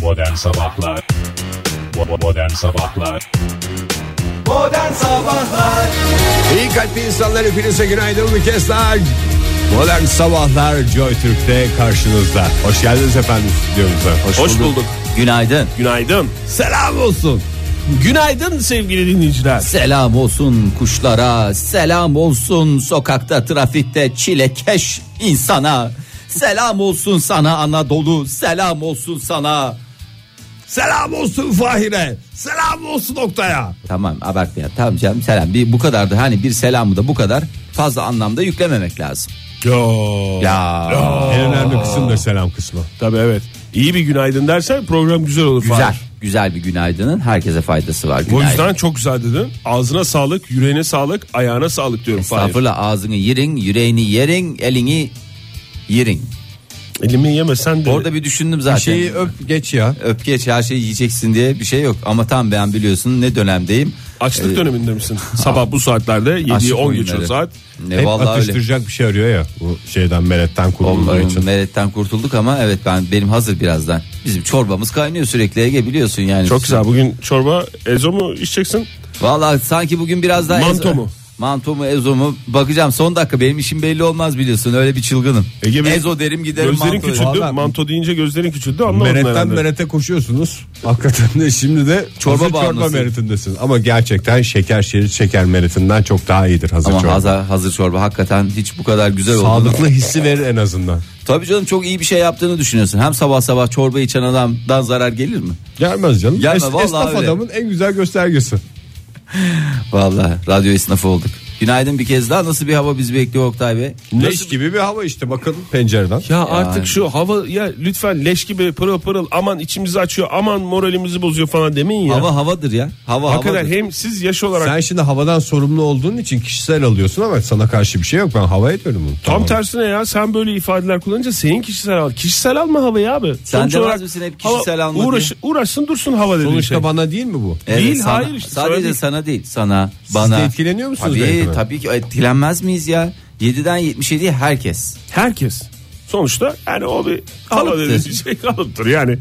Modern Sabahlar. Modern Sabahlar. Modern Sabahlar. İyi kalpli insanlar, hepinize günaydın bir kez daha. Modern Sabahlar Joy Türk'te karşınızda. Hoş geldiniz efendim stüdyomuza. Hoş bulduk. Günaydın. Günaydın. Selam olsun. Günaydın sevgili dinleyiciler. Selam olsun kuşlara, selam olsun sokakta, trafikte çilekeş insana. Selam olsun sana Anadolu, selam olsun sana. Selam olsun Fahir'e. Selam olsun Oktay'a. Tamam abartma, tamam canım, selam. Bir bu kadar da, hani bir selamı da bu kadar fazla anlamda yüklememek lazım. Ya. En önemli kısım da selam kısmı. Tabii evet. İyi bir günaydın dersen program güzel olur. Güzel. Fahir. Güzel bir günaydının herkese faydası var. O Günaydın. yüzden çok güzel dedin. Ağzına sağlık, yüreğine sağlık, ayağına sağlık diyorum Fahir. Estağfurullah, ağzını yerin, yüreğini yerin, elini yerin. Elimi yemesen de. Orada bir düşündüm zaten. Bir şeyi öp geç ya. Öp geç, her şeyi yiyeceksin diye bir şey yok. Ama tam ben biliyorsun ne dönemdeyim. Açlık döneminde misin? Sabah bu saatlerde 7'yi Açlık 10 oyunları. geçiyor saat. Ne Hep vallahi öyle. atıştıracak bir şey arıyor ya. Bu şeyden, meletten kurulduğu için. Meletten kurtulduk ama evet, benim hazır birazdan. Bizim çorbamız kaynıyor sürekli Ege, biliyorsun yani. Çok güzel. Bugün çorba ezo mu içeceksin? Vallahi sanki bugün biraz daha Manto mu? Manto mu ezo mu bakacağım, son dakika, benim işim belli olmaz biliyorsun, öyle bir çılgınım. Ege Bey, Ezo derim giderim, gözlerin manto küçüldü. Vallahi- Manto deyince gözlerin küçüldü, anlamadım Meretten herhalde. merete koşuyorsunuz. Hakikaten de şimdi de Çorba hazır çorba bağımlısı. meretindesiniz. Ama gerçekten şeker meretinden çok daha iyidir hazır Ama çorba. hazır çorba hakikaten hiç bu kadar güzel oldu. Sağlıklı hissi verir en azından. Tabii canım, çok iyi bir şey yaptığını düşünüyorsun. Hem sabah sabah çorba içen adamdan zarar gelir mi? Gelmez canım. Gelmez, vallahi Esnaf öyle. adamın en güzel göstergesi. Vallahi radyo esnafı olduk. Günaydın bir kez daha. Nasıl bir hava bizi bekliyor Oktay Bey? Leş gibi bir hava işte, bakın pencereden. Ya artık şu hava ya lütfen leş gibi pırıl pırıl, aman içimizi açıyor, aman moralimizi bozuyor falan demeyin ya. Hava havadır ya. Hakikaten Havadır. hem siz yaş olarak Sen şimdi havadan sorumlu olduğun için kişisel alıyorsun ama sana karşı bir şey yok. Ben hava ediyorum bunu. tam Tamam. tersine ya, sen böyle ifadeler kullanınca senin kişisel al. Kişisel alma havayı abi. Sen Sonuç demez olarak misin hep hava kişisel alma uğraşsın dursun hava dediğin Sonuçta şey. bana değil mi bu? Evet, Değil, sana, hayır işte, sana sadece değil. sana değil, sana, Siz bana. de etkileniyor musunuz? Tabii ki etkilenmez miyiz ya? 7'den 77'ye herkes. Herkes. Sonuçta yani o bir hava Kalıptır. dediğimiz şey kalıptır yani.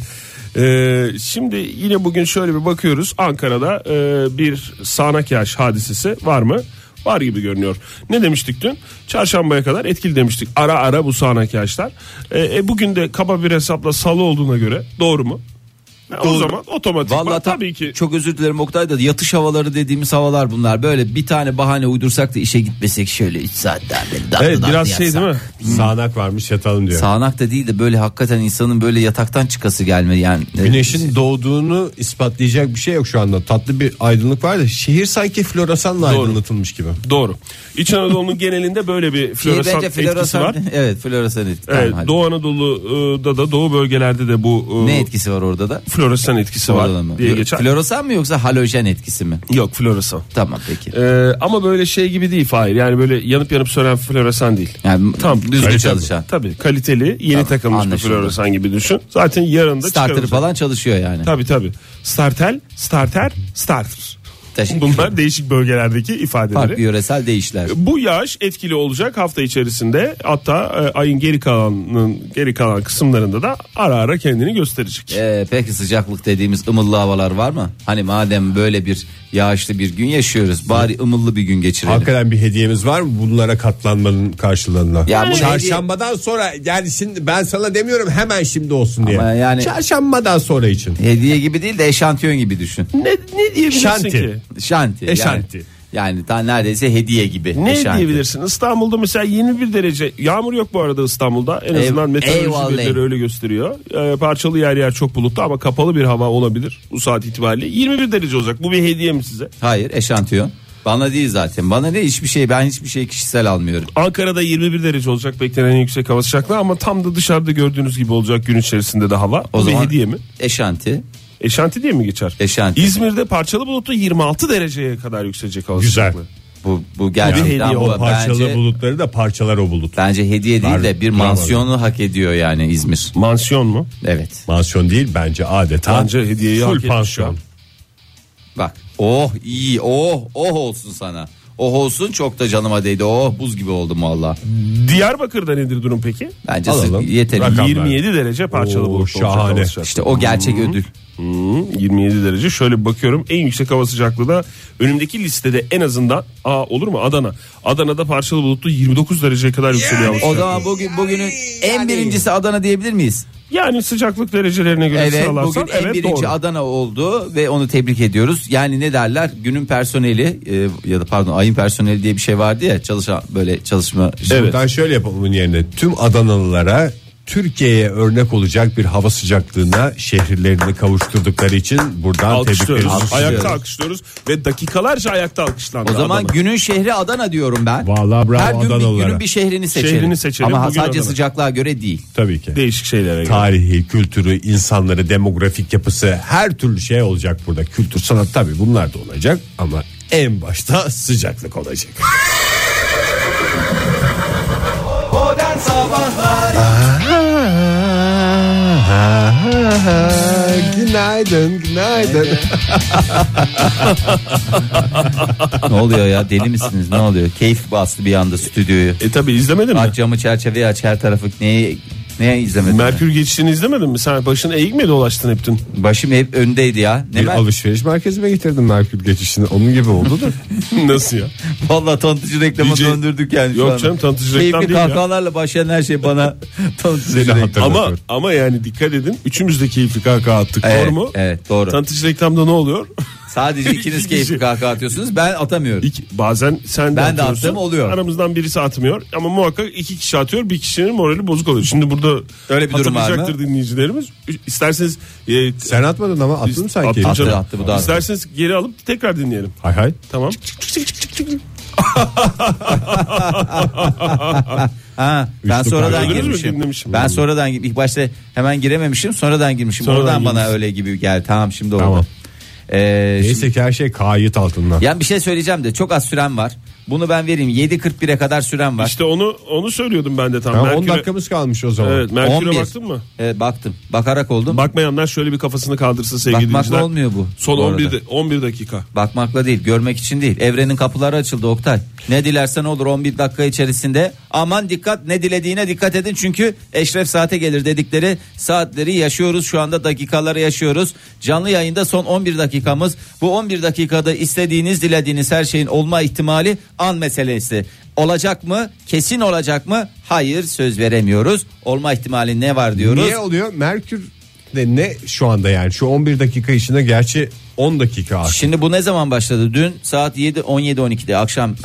Şimdi yine bugün şöyle bir bakıyoruz, Ankara'da bir sağanak yağış hadisesi var mı? Var gibi görünüyor. Ne demiştik dün? Çarşambaya kadar etkili demiştik. Ara ara bu sağanak yağışlar. Bugün de kaba bir hesapla salı olduğuna göre doğru mu? O zaman otomatikman Vallahi tabii ki. çok özür dilerim Oktay da, yatış havaları dediğimiz havalar bunlar. Böyle bir tane bahane uydursak da işe gitmesek şöyle 3 saatten beri. Evet, biraz şey değil mi? Sağanak varmış, yatalım diyor. Sağanak da değil de böyle hakikaten insanın böyle yataktan çıkası gelmedi yani. Güneşin doğduğunu ispatlayacak bir şey yok şu anda. Tatlı bir aydınlık var da şehir sanki floresanla Doğru. aydınlatılmış gibi. Doğru. İç Anadolu'nun genelinde böyle bir floresan Bence etkisi floresan, var. evet floresan etkisi. Evet, Tamam, hadi. Doğu Anadolu'da da, doğu bölgelerde de bu Ne etkisi var orada da? floresan etkisi Orada da var mı? diye geçer. Floresan mı yoksa halojen etkisi mi? Yok, floresan. Tamam peki. Ama böyle şey gibi değil Fahir. Yani böyle yanıp sönen floresan değil. Yani Tam düzgün kaliteli. çalışan. Tabii kaliteli, yeni Tamam, takılmış bir anlaşıldı. floresan gibi düşün. Zaten yarın da Starter çıkarılacak. falan çalışıyor yani. Tabii. Starter. Teşekkür Bunlar değişik bölgelerdeki ifadeleri. Farklı yöresel değişler. Bu yağış etkili olacak hafta içerisinde, hatta ayın geri kalan kısımlarında da ara ara kendini gösterecek. Peki sıcaklık dediğimiz ımıllı havalar var mı? Hani madem böyle bir yağışlı bir gün yaşıyoruz, bari ımıllı bir gün geçirelim. Hakikaten bir hediyemiz var mı bunlara katlanmanın karşılığında? Ya bu Çarşambadan sonra, yani şimdi ben sana demiyorum hemen şimdi olsun diye. Ama yani- Çarşambadan sonra için. Hediye gibi değil de eşantiyon gibi düşün. Ne diyebilirsin Şanti. ki? Şanti. Eşanti. Yani daha neredeyse hediye gibi. Ne eşanti. diyebilirsin? İstanbul'da mesela 21 derece. Yağmur yok bu arada İstanbul'da. En azından meteoroloji eyvallah. verileri öyle gösteriyor. Parçalı yer çok bulutlu ama kapalı bir hava olabilir bu saat itibariyle. 21 derece olacak. Bu bir hediye mi size? Hayır, eşantiyon. Bana değil zaten. Bana ne, hiçbir şey, ben hiçbir şey kişisel almıyorum. Ankara'da 21 derece olacak beklenen en yüksek hava sıcaklığı, ama tam da dışarıda gördüğünüz gibi olacak gün içerisinde de hava. O Bu bir zaman hediye mi? eşanti. Eşanti diye mi geçer? Eşanti. İzmir'de parçalı bulutlu 26 dereceye kadar yükselecek hava Güzel. sıcaklığı. Bu gerçekten hediye, bu, O parçalı bence, bulutları da parçalar o bulut. bence hediye değil de bir Bravo. mansiyonu hak ediyor yani İzmir. Mansiyon mu? Evet. Mansiyon değil bence, adeta. Bence hediyeyi hak full etmiş pansiyon. ya. Bak. Oh iyi, oh olsun sana. Oh olsun, çok da canıma değdi. Oh, buz gibi oldum valla. Diyarbakır'da nedir durum peki? Bence Alalım. yeteri. Rakamlar. 27 derece parçalı Oo, bulutlu şahane. olacak hava sıcaklığı. İşte o gerçek ödül. 27 derece. Şöyle bir bakıyorum, en yüksek hava sıcaklığı da önümdeki listede en azından olur mu Adana. Adana'da parçalı bulutlu 29 dereceye kadar yükseliyor hava O sıcaklığı. zaman bugünün en birincisi Adana diyebilir miyiz? Yani sıcaklık derecelerine göre Evet, sıralarsan bugün en evet birinci doğru. Adana oldu ve onu tebrik ediyoruz. Yani ne derler, günün personeli ya da pardon ayın personeli diye bir şey vardı ya, çalışan böyle çalışma. Evet. Buradan şöyle yapalım bunun yerine. Tüm Adanalılara Türkiye'ye örnek olacak bir hava sıcaklığına şehirlerini kavuşturdukları için buradan Alkışlıyoruz. tebriklerimizi Ayakta sunuyoruz. alkışlıyoruz ve dakikalarca ayakta alkışlandı. O zaman Adana. günün şehri Adana diyorum ben. Vallahi bravo Her gün Adanalılara. günün bir şehrini seçelim. Şehrini seçelim, Ama bugün sadece Adana. sıcaklığa göre değil. Tabii ki. Değişik şeylere göre. Tarihi, kültürü, insanları, demografik yapısı, her türlü şey olacak burada. Kültür, sanat tabii bunlar da olacak ama en başta sıcaklık olacak. Modern Sabahlar Günaydın, günaydın. Ne oluyor ya, deli misiniz, ne oluyor? Keyif bastı bir anda stüdyoyu. Tabii izlemedin mi? Aç camı, çerçeveyi aç, her tarafı neye izlemedin? Merkür geçişini izlemedin mi? Sen başını eğik mi dolaştın hep dün? Başım hep öndeydi ya. Ne Bir ben? alışveriş merkezime getirdim Merkür geçişini. Onun gibi oldu da. Nasıl ya? Vallahi tanıtıcı reklama DJ döndürdük yani. şu Yok anda. canım, tanıtıcı reklam Keyifli değil ya. kahkahalarla başlayan her şey bana tanıtıcı Seni reklam. hatırlatıyor. Ama yani dikkat edin. Üçümüz de keyifli kahkaha attık. Evet, Doğru mu? evet, doğru. Tanıtıcı reklamda ne oluyor? Sadece ikiniz keyifli kahkaha atıyorsunuz, ben atamıyorum. Bazen sen de Ben de atıyorsun. attığım oluyor. Aramızdan birisi atmıyor ama muhakkak iki kişi atıyor. Bir kişinin morali bozuk oluyor. Şimdi burada Öyle bir durum var mı? hatırlayacaktır dinleyicilerimiz. İsterseniz Sen atmadın ama attın mı sanki? Attım canım. Attı, bu da attı. İsterseniz geri alıp tekrar dinleyelim. Hay hay. Tamam. Ha, ben Üçlü sonradan kahkaha. Gördünüz mü? girmişim. Dinlemişim. Ben sonradan ilk başta hemen girememişim, sonradan girmişim. Sonradan Oradan bana girmişsin. öyle gibi geldi. Tamam, şimdi oldu. Tamam. Şimdi- Neyse ki her şey kayıt altında. yani bir şey söyleyeceğim de çok az sürem var. Bunu ben vereyim. 7.41'e kadar sürem var. İşte onu söylüyordum ben de tam. Ha, 10 Merkür'e- dakikamız kalmış o zaman. Evet, Merkür'e 11. baktın mı? Evet, baktım. Bakarak oldum. Bakmayanlar şöyle bir kafasını kaldırsın sevgili Bakmakla dinleyiciler. olmuyor bu. Son bu arada. 11 dakika. Bakmakla değil, görmek için değil. Evrenin kapıları açıldı Oktay. Ne dilersen olur 11 dakika içerisinde. Aman dikkat, ne dilediğine dikkat edin. Çünkü eşref saate gelir dedikleri saatleri yaşıyoruz. Şu anda dakikaları yaşıyoruz. Canlı yayında son 11 dakikamız. Bu 11 dakikada istediğiniz, dilediğiniz her şeyin olma ihtimali an meselesi. Olacak mı? Kesin olacak mı? Hayır, söz veremiyoruz. Olma ihtimali ne var diyoruz. Niye oluyor? Merkür de ne şu anda yani? Şu 11 dakika içinde gerçi 10 dakika artık. Şimdi bu ne zaman başladı? Dün saat 17-12'de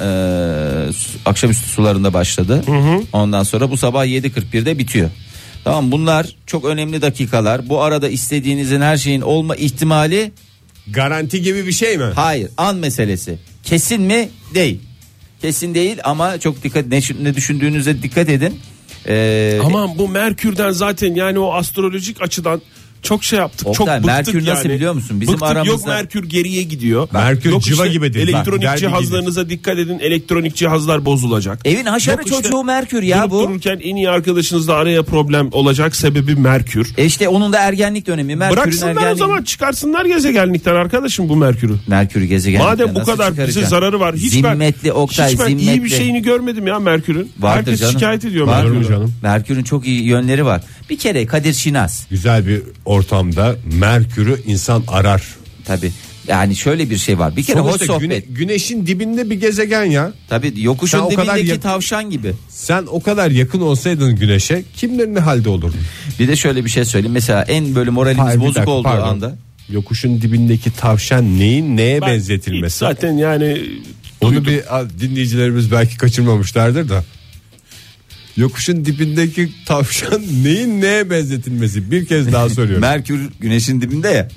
akşamüstü sularında başladı. Ondan sonra bu sabah 7.41'de bitiyor. Tamam, bunlar çok önemli dakikalar. Bu arada istediğinizin her şeyin olma ihtimali Garanti gibi bir şey mi? hayır, an meselesi. Kesin mi? Değil. Kesin değil ama çok dikkat, ne düşündüğünüze dikkat edin. Aman bu Merkür'den zaten yani o astrolojik açıdan çok şey yaptık. Oktay, çok bıktık Merkür yani. nasıl biliyor musun? Bizim Bıktık, aramızda- yok Merkür geriye gidiyor. Merkür Yok civa işte gibi değil. Elektronik Bak, derbi cihazlarınıza dikkat edin. Elektronik cihazlar bozulacak. Evin haşarı Yok işte, çocuğu Merkür ya durup bu. dururken en iyi arkadaşınızla araya problem olacak, sebebi Merkür. İşte onun da ergenlik dönemi. Merkür'ün Bıraksınlar o ergenliği. zaman, çıkarsınlar gezegenlikten arkadaşım bu Merkür'ü. Merkür gezegenlikten Madem bu nasıl kadar bize çıkaracaksın? zararı var. Hiç Zimmetli Oktay, hiç ben iyi zimmetli. bir şeyini görmedim ya Merkür'ün. Vardır Herkes canım. şikayet ediyor Vardır Merkür'den. canım. Merkür'ün çok iyi yönleri var. Bir kere Kadir Şinas. Güzel bir ortamda Merkür'ü insan arar. Tabii. Yani şöyle bir şey var. Bir kere hoş Sonuçta sohbet. güneşin dibinde bir gezegen ya. Tabii yokuşun Sen o kadar dibindeki yak- tavşan gibi. Sen o kadar yakın olsaydın güneşe kimlerin ne halde olurdun? Bir de şöyle bir şey söyleyeyim. Mesela en böyle moralimiz Hayır, bir bozuk dakika, olduğu pardon. anda. Yokuşun dibindeki tavşan neyin neye Ben- benzetilmesi? Zaten yani Onu bir dinleyicilerimiz belki kaçırmamışlardır da. Yokuşun dibindeki tavşan neyin neye benzetilmesi? Bir kez daha soruyorum. Merkür güneşin dibinde ya.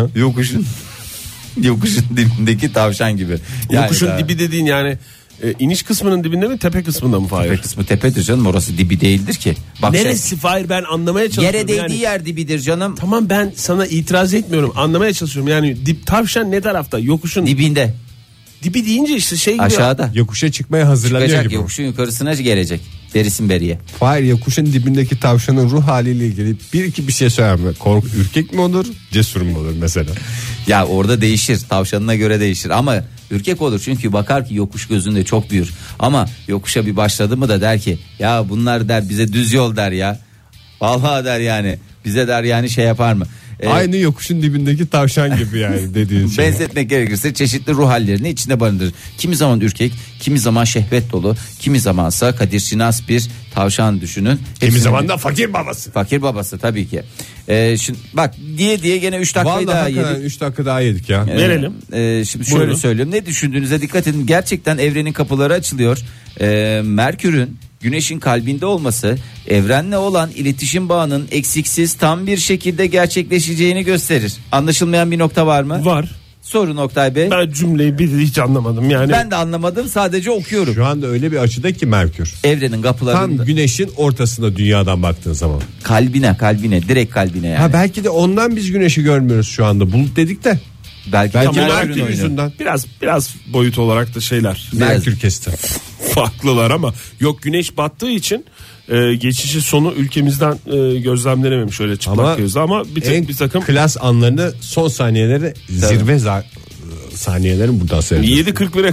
Yokuşun dibindeki tavşan gibi. Yani yokuşun daha- dibi dediğin yani iniş kısmının dibinde mi, tepe kısmında mı Fahir? Tepe kısmı tepedir canım, orası dibi değildir ki. Bak Neresi Fahir, ben anlamaya çalışıyorum. yere değdiği yani. yer dibidir canım. Tamam, ben sana itiraz etmiyorum, anlamaya çalışıyorum. Yani tavşan ne tarafta, yokuşun Dibinde, dibi deyince işte şey gibi. aşağıda. Yokuşa çıkmaya hazırlanıyor Çıkacak, gibi. yokuşun yukarısına gelecek. Berisin beriye. Hayır, yokuşun dibindeki tavşanın ruh haliyle ilgili bir şey söyler mi? Ürkek mi olur, cesur mu olur mesela? Ya orada değişir, tavşanına göre değişir ama Ürkek olur çünkü bakar ki yokuş gözünde çok büyür. Ama yokuşa bir başladı mı da der ki ya bunlar der bize düz yol der ya. Vallahi der yani bize der yani şey yapar mı? Aynı yokuşun dibindeki tavşan gibi yani dediğin şey. Benzetmek gerekirse çeşitli ruh hallerini içinde barındırır. Kimi zaman ürkek, kimi zaman şehvet dolu, kimi zamansa Kadir Şinas bir tavşan düşünün. Kimi zaman da fakir babası. Fakir babası tabii ki. Şimdi bak diye gene 3 dakikayı Vallahi daha hakikaten yedik. 3 dakika daha yedik ya. Verelim. Şimdi şöyle Buyurun. söyleyeyim. Ne düşündüğünüze dikkat edin. Gerçekten evrenin kapıları açılıyor. Merkür'ün Güneş'in kalbinde olması evrenle olan iletişim bağının eksiksiz tam bir şekilde gerçekleşeceğini gösterir. Anlaşılmayan bir nokta var mı? Var. Sorun Oktay Bey. Ben cümleyi hiç anlamadım yani. Ben de anlamadım, sadece okuyorum. Şu anda öyle bir açıda ki Merkür. Evrenin kapılarında Tam güneşin ortasında dünyadan baktığın zaman. kalbine direkt kalbine yani. Ha belki de ondan biz güneşi görmüyoruz şu anda. Bulut dedik de. Belki Belki de Merkür Merkür'ün oyunu. yüzünden. Biraz boyut olarak da şeyler Merkür kesti. farklılar ama yok güneş battığı için geçişi sonu ülkemizden gözlemlenememiş öyle çıplak Ama gözle ama En bir takım klas anlarını son saniyeleri zirve saniyelerin buradan seyrediyoruz. 7.41'e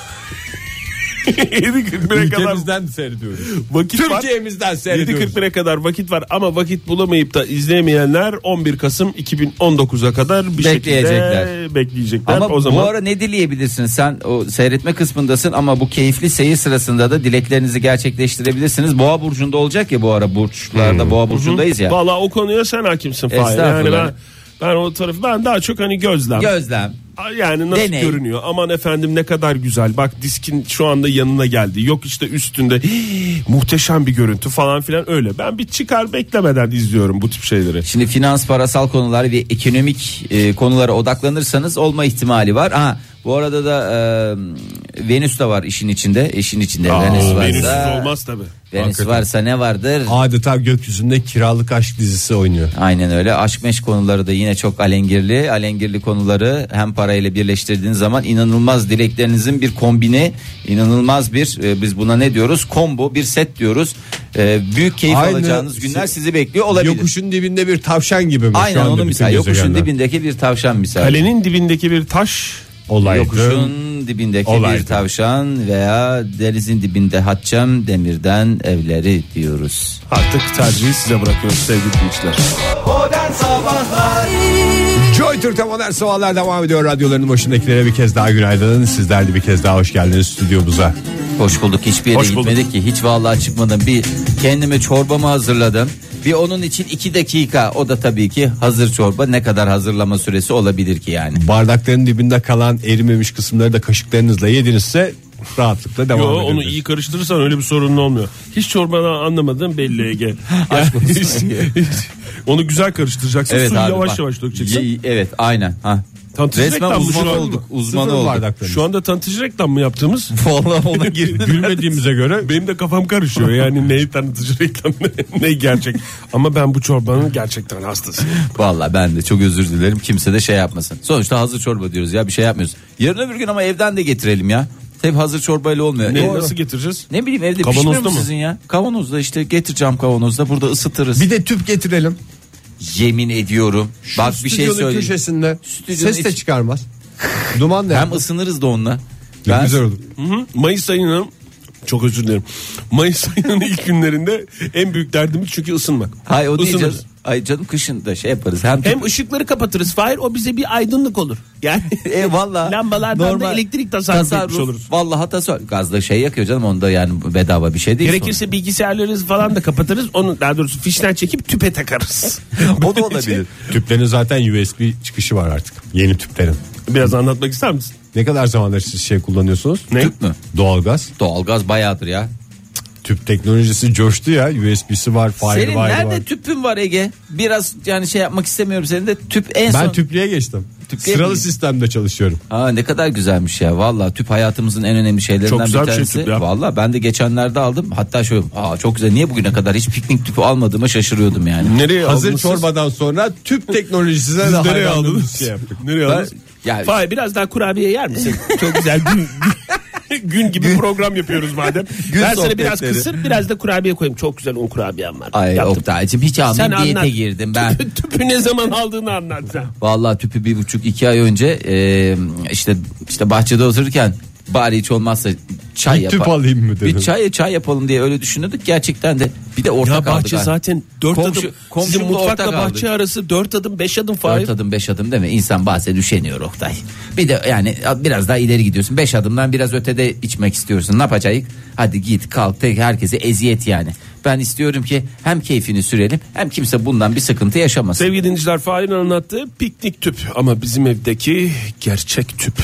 7.41'e kadar Ülkemizden seyrediyoruz. vakit var. Türkiye'mizden seyrediyoruz. 7.41'e kadar vakit var ama vakit bulamayıp da izleyemeyenler 11 Kasım 2019'a kadar bir Bekleyecekler. şekilde bekleyecekler. Ama O zaman bu ara ne dileyebilirsin? Sen o seyretme kısmındasın ama bu keyifli seyir sırasında da dileklerinizi gerçekleştirebilirsiniz. Boğa burcunda olacak ya bu ara burçlarda Boğa burcundayız ya. Vallahi o konuya sen hakimsin Fahir. Yani Estağfurullah. ben o tarafı ben daha çok hani gözlem. Gözlem. Yani nasıl Deney. görünüyor? Aman efendim ne kadar güzel. Bak diskin şu anda yanına geldi. Yok işte üstünde muhteşem bir görüntü falan filan öyle. Ben bir çıkar beklemeden izliyorum bu tip şeyleri. Şimdi finans, parasal konular ve ekonomik konulara odaklanırsanız olma ihtimali var. Bu arada da Venüs de var işin içinde. İşin içinde Venüs varsa. Venüs'üz olmaz tabii. Venüs Hakikaten. varsa ne vardır? Adeta gökyüzünde kiralık aşk dizisi oynuyor. Aynen öyle. Aşk meşk konuları da yine çok alengirli. Alengirli konuları hem parayla birleştirdiğiniz zaman inanılmaz dileklerinizin bir kombini, inanılmaz bir biz buna ne diyoruz? Combo, bir set diyoruz. Büyük keyif Aynı alacağınız günler sizi bekliyor olabilir. Yokuşun dibinde bir tavşan gibi mi? Aynen şu anda onu bütün misal. Yokuşun gezegenler? dibindeki bir tavşan misal. Kalenin dibindeki bir taş Olaydı. Yokuşun dibindeki Olaydı. bir tavşan veya denizin dibinde Hatçam Demir'den evleri diyoruz. artık tercihi size bırakıyoruz sevgili dinleyiciler. Modern Sabahlar Joy Türk'te modern sabahlar devam ediyor. Radyolarının başındakilere bir kez daha günaydın. Sizler de bir kez daha hoş geldiniz stüdyomuza. Hoş bulduk, hiçbir yere Hoş bulduk. gitmedik ki, hiç vallahi çıkmadım. Bir kendime çorbamı hazırladım. Bir onun için 2 dakika, o da tabii ki hazır çorba. Ne kadar hazırlama süresi olabilir ki yani? Bardakların dibinde kalan erimemiş kısımları da kaşıklarınızla yedinizse rahatlıkla devam Yo, edebilirsiniz. onu iyi karıştırırsan öyle bir sorun olmuyor. Hiç çorbadan anlamadığım belli Ege. Aşk olsun. Onu güzel karıştıracaksın. Evet Suyu abi, yavaş bak. yavaş dökeceksin. Evet aynen. Tanıtıcı Resmen reklam mı uzman şu an? olduk. Uzman Sıfır olduk. bardaklarınız. Şu anda tanıtıcı reklam mı yaptığımız? Vallahi ona girdi. Gülmediğimize göre Benim de kafam karışıyor. Yani neyi tanıtıcı reklam ne gerçek. Ama ben bu çorbanın gerçekten hastasıyım. Vallahi ben de çok özür dilerim. Kimse de şey yapmasın. Sonuçta hazır çorba diyoruz ya, bir şey yapmıyoruz. Yarın öbür gün ama evden de getirelim ya. Hep hazır çorbayla olmuyor. Ne, nasıl getireceğiz? Ne bileyim, evde Kavanozda pişmiyor mu mı? sizin ya? Kavanozda işte, getireceğim kavanozda, burada ısıtırız. bir de tüp getirelim. Yemin ediyorum. Bak bir şey Stüdyonun söyleyeyim. köşesinde Stüdyonun ses de iç- çıkarmaz. Duman da Hem yapmaz. ısınırız da onunla. Ne güzel olur. Hı-hı. Mayıs ayının çok özür dilerim. Mayıs ayının ilk günlerinde en büyük derdimiz çünkü ısınmak. Hayır o değil Isınırız. canım. Ay canım, kışın da şey yaparız. Hem Hem ışıkları kapatırız Fahir, o bize bir aydınlık olur. Yani valla lambalardan da elektrik tasarruf etmiş oluruz. Vallahi tasarruf. Gazda şey yakıyor canım, onda yani bedava bir şey değil. Gerekirse bilgisayarları falan da kapatırız. Onu daha doğrusu fişten çekip tüpe takarız. O da olabilir. Tüplerin zaten USB çıkışı var artık. Yeni tüplerin. Biraz anlatmak ister misin? Ne kadar zamandır siz şey kullanıyorsunuz? Ne? Tüp mü? Doğalgaz. Doğalgaz bayağıdır ya. Tüp teknolojisi coştu ya. USB'si var, Senin Firewire nerede var. tüpün var Ege? Biraz yani şey yapmak istemiyorum, senin de tüp en Ben son. tüplüğe geçtim. Tüplüğe Sıralı mi? sistemde çalışıyorum. Aa, ne kadar güzelmiş ya. Vallahi tüp hayatımızın en önemli şeylerinden Çok güzel bir bir şey tanesi. tüp ya. Vallahi ben de geçenlerde aldım. Hatta şöyle çok güzel. Niye bugüne kadar hiç piknik tüpü almadığıma şaşırıyordum yani. Nereye Hazır aldınız siz? çorbadan sonra tüp teknolojisine de Nereye hayranlığımızı aldınız? şey yaptık. Nereye Ben- aldınız? ya- Fahir biraz daha kurabiye yer misin? Çok güzel. Gün gibi program yapıyoruz madem. Ben sana biraz sohbetleri. kısır, biraz da kurabiye koyayım. Çok güzel un kurabiyem var. Ay Yaptım. Oktay'cım hiç Sen almayayım diyete anlat. girdim ben. Tüpü ne zaman aldığını anlat sen. Vallahi tüpü 1,5-2 ay önce işte bahçede otururken bari hiç olmazsa çay Bir tüp yapalım. alayım mı dedim. Bir çay yapalım diye öyle düşünüyorduk. Gerçekten de bir de ortak Ya aldık. bahçe ha. zaten 4 Komşu- adım. Sizin komşumla mutfakla ortak bahçe arası 4 adım 5 adım Fahir. 4 adım 5 adım değil mi? İnsan bazen üşeniyor Oktay. Bir de yani biraz daha ileri gidiyorsun. 5 adımdan biraz ötede içmek istiyorsun. Ne yapacağız? Hadi git kalk tek herkese eziyet yani. Ben istiyorum ki hem keyfini sürelim hem kimse bundan bir sıkıntı yaşamasın. Sevgili dinleyiciler, Fahir'in anlattığı piknik tüp ama bizim evdeki gerçek tüp.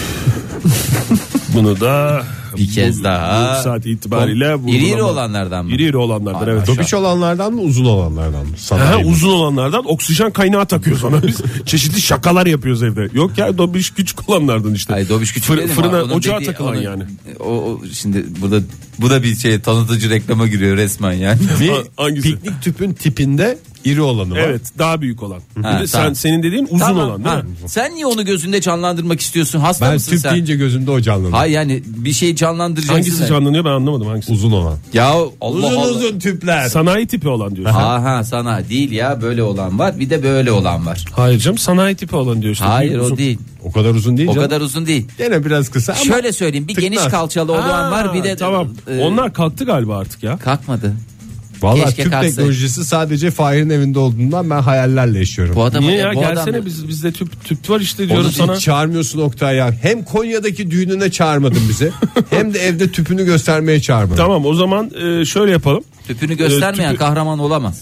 Bunu da Bir kez daha. bu saat itibariyle İri olanlardan mı? İri olanlardan, evet. Topiş olanlardan mı uzun olanlardan mı? Ha, Sanayi mi? uzun olanlardan oksijen kaynağı takıyor sonra biz çeşitli şakalar yapıyoruz evde. Yok ya, dobiş küçük olanlardan işte. Ay dobiş küçük dedim Fırına ama onun ocağa dediği- takılan onun- yani. O şimdi bu da bir şey tanıtıcı reklama giriyor resmen yani. Bir Hangisi? piknik tüpün tipinde iri olanı var. Evet, daha büyük olan. Ha, Bir de tamam. senin dediğin uzun Tamam, olan değil ha. mi? Sen niye onu gözünde canlandırmak istiyorsun? Hasta Ben mısın tüp sen? deyince gözümde o canlanıyor. Hayır yani bir şey canlandıracaksın. Hangisi da. canlanıyor ben anlamadım hangisi. Uzun olan. Ya Allah Allah. tüpler. Sanayi tipi olan diyorsun. Aha sana değil ya, böyle olan var bir de böyle olan var. Hayır canım, sanayi tipi olan diyor işte. Hayır Uzun. o değil. O kadar uzun değil O canım. kadar uzun değil. Gene biraz kısa ama Şöyle söyleyeyim, bir tıknaz. geniş kalçalı olan var bir de tamam. Onlar kalktı galiba artık ya. kalkmadı. Vallahi Keşke tüp kalksaydı. teknolojisi sadece Fahir'in evinde olduğundan ben hayallerle yaşıyorum. Bu adam Niye ya, bu gelsene adam- bizde tüp var işte diyorum Onu sana. hiç çağırmıyorsun Oktay ya. Hem Konya'daki düğününe çağırmadın bizi hem de evde tüpünü göstermeye çağırmadın. Tamam, o zaman şöyle yapalım. Tüpünü göstermeyen tüpü- kahraman olamaz.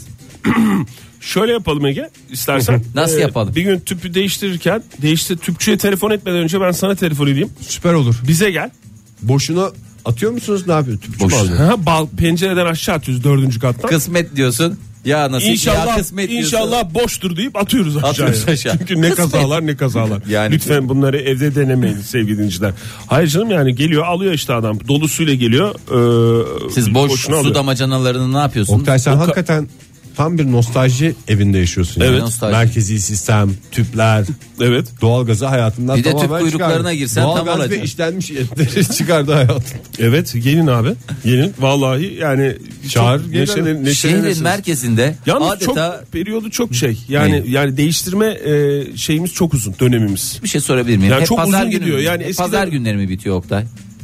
Şöyle yapalım Ege, istersen. Nasıl yapalım? Bir gün tüpü değiştirirken tüpçüye telefon etmeden önce ben sana telefon edeyim. Süper olur. Bize gel. Boşuna atıyor musunuz, ne yapıyor? Tüpçü Boş. mü alıyor? Ha, pencereden aşağı atıyoruz 4. kattan. Kısmet diyorsun. Ya nasip ya İnşallah kısmet diyorsun. inşallah boştur deyip atıyoruz aşağıya. Atıyoruz aşağı. Çünkü ne Kısmet. kazalar ne kazalar. Yani- Lütfen bunları evde denemeyin sevgili dinleyiciler. Hayır canım, yani geliyor alıyor işte adam. Dolusuyla geliyor. Siz boş boşuna su alıyor. damacanalarını ne yapıyorsunuz? Oktay sen hakikaten tam bir nostalji evinde yaşıyorsun. Evet. Yani. Nostalji. Merkezi sistem, tüpler, Evet. doğalgazı hayatından Bir de tüp tamamen kuyruklarına çıkardı. girsen tam Doğalgaz olacak. ve işlenmiş etleri çıkardı hayatım. Evet, gelin abi. Gelin vallahi yani Çağır, çok gelelim. Şehrin merkezinde Yalnız adeta çok periyodu çok şey. Yani değiştirme şeyimiz çok uzun, dönemimiz. bir şey sorabilir miyim? Yani Hep çok pazar uzun günü gidiyor. mü? Yani Hep eskiden- pazar günleri mi bitiyor Oktay?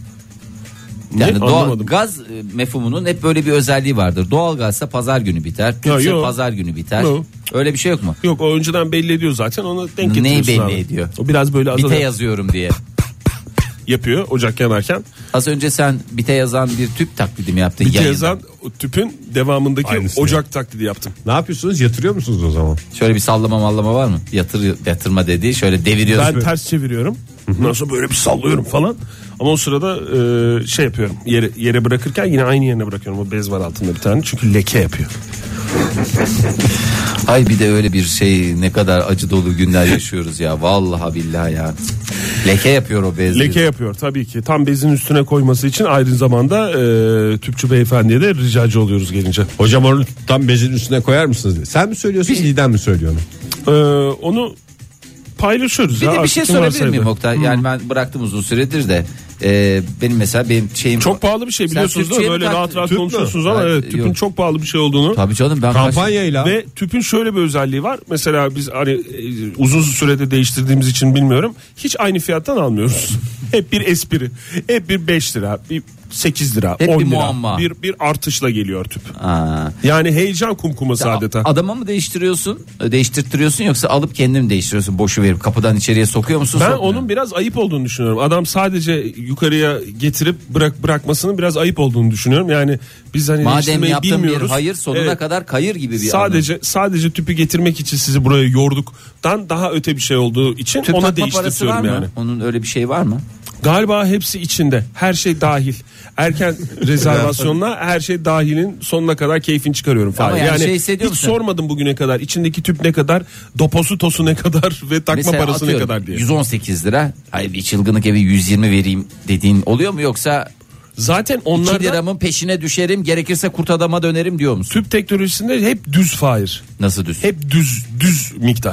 Ne? Yani Anlamadım. gaz mefhumunun hep böyle bir özelliği vardır. Doğalgazsa pazar günü biter. Tüpse yok. pazar günü biter. Yok. Öyle bir şey yok mu? Yok, o önceden belli ediyor zaten, onu denk Neyi getiriyorsun belli abi. ediyor? O biraz böyle Bite azalıyor. yazıyorum diye. Yapıyor ocak yanarken. Az önce sen bite yazan bir tüp taklidi mi yaptın? Bite yayında? yazan o tüpün devamındaki Aynısını. ocak taklidi yaptım. Ne yapıyorsunuz? Yatırıyor musunuz o zaman? Şöyle bir sallama mallama var mı? Yatırma dediği şöyle deviriyorsun. Ben ters çeviriyorum. Ondan sonra böyle bir sallıyorum falan. Ama o sırada şey yapıyorum. Yere bırakırken yine aynı yerine bırakıyorum. O bez var altında bir tane. Çünkü leke yapıyor. Ay bir de öyle bir şey, ne kadar acı dolu günler yaşıyoruz ya. Vallahi billahi ya. Leke yapıyor o bez. Leke yapıyor tabii ki. Tam bezin üstüne koyması için aynı zamanda tüpçü beyefendiye de ricacı oluyoruz gelince. Hocam onu tam bezin üstüne koyar mısınız diye. Sen mi söylüyorsun, Didem mi söylüyor onu? Onu paylaşıyoruz. Bir ya, de bir artık şey kim sorabilir varsa miyim evde. Oktay? Yani ben bıraktım uzun süredir de benim mesela benim şeyim Çok pahalı bir şey, Sen biliyorsunuz değil mi? Türkçe'ye Böyle mi rahat taktın? rahat Tüp mü? konuşuyorsunuz ama Hayır, evet, tüpün yok. çok pahalı bir şey olduğunu. Tabii canım ben Kampanyayla. Ve tüpün şöyle bir özelliği var. Mesela biz hani uzun sürede değiştirdiğimiz için bilmiyorum. Hiç aynı fiyattan almıyoruz. Hep bir espri. Hep bir 5 lira, bir 8 lira, Hep 10 bir lira. muamma. Bir artışla geliyor tüp. Aa. Yani heyecan kumkuması adeta. Adama mı değiştirtiyorsun yoksa alıp kendin mi değiştiriyorsun, boşu verip kapıdan içeriye sokuyor musun? Ben sokmuyor? onun biraz ayıp olduğunu düşünüyorum. Adam sadece yukarıya getirip bırakmasının biraz ayıp olduğunu düşünüyorum. Yani biz hani madem değiştirmeyi yaptığın bir bilmiyoruz. hayır sonuna Evet. kadar kayır gibi bir Sadece tüpü getirmek için sizi buraya yorduktan daha öte bir şey olduğu için tüp ona takma parası var değiştirtiyorum mı? yani. Onun öyle bir şey var mı? Galiba hepsi içinde. Her şey dahil. Erken rezervasyonla her şey dahilin sonuna kadar keyfini çıkarıyorum Ama falan. yani Yani şey hissediyor hiç musun? sormadım bugüne kadar. İçindeki tüp ne kadar, deposu tosu ne kadar ve takma Mesela parası ne atıyorum, kadar diye. 118 lira. Hayır bir çılgınlık evi 120 vereyim dediğin oluyor mu, yoksa Zaten 2 onlarda liramın peşine düşerim, gerekirse kurt adama dönerim diyor musun? tüp teknolojisinde hep düz Fahir. Nasıl düz? Hep düz miktar.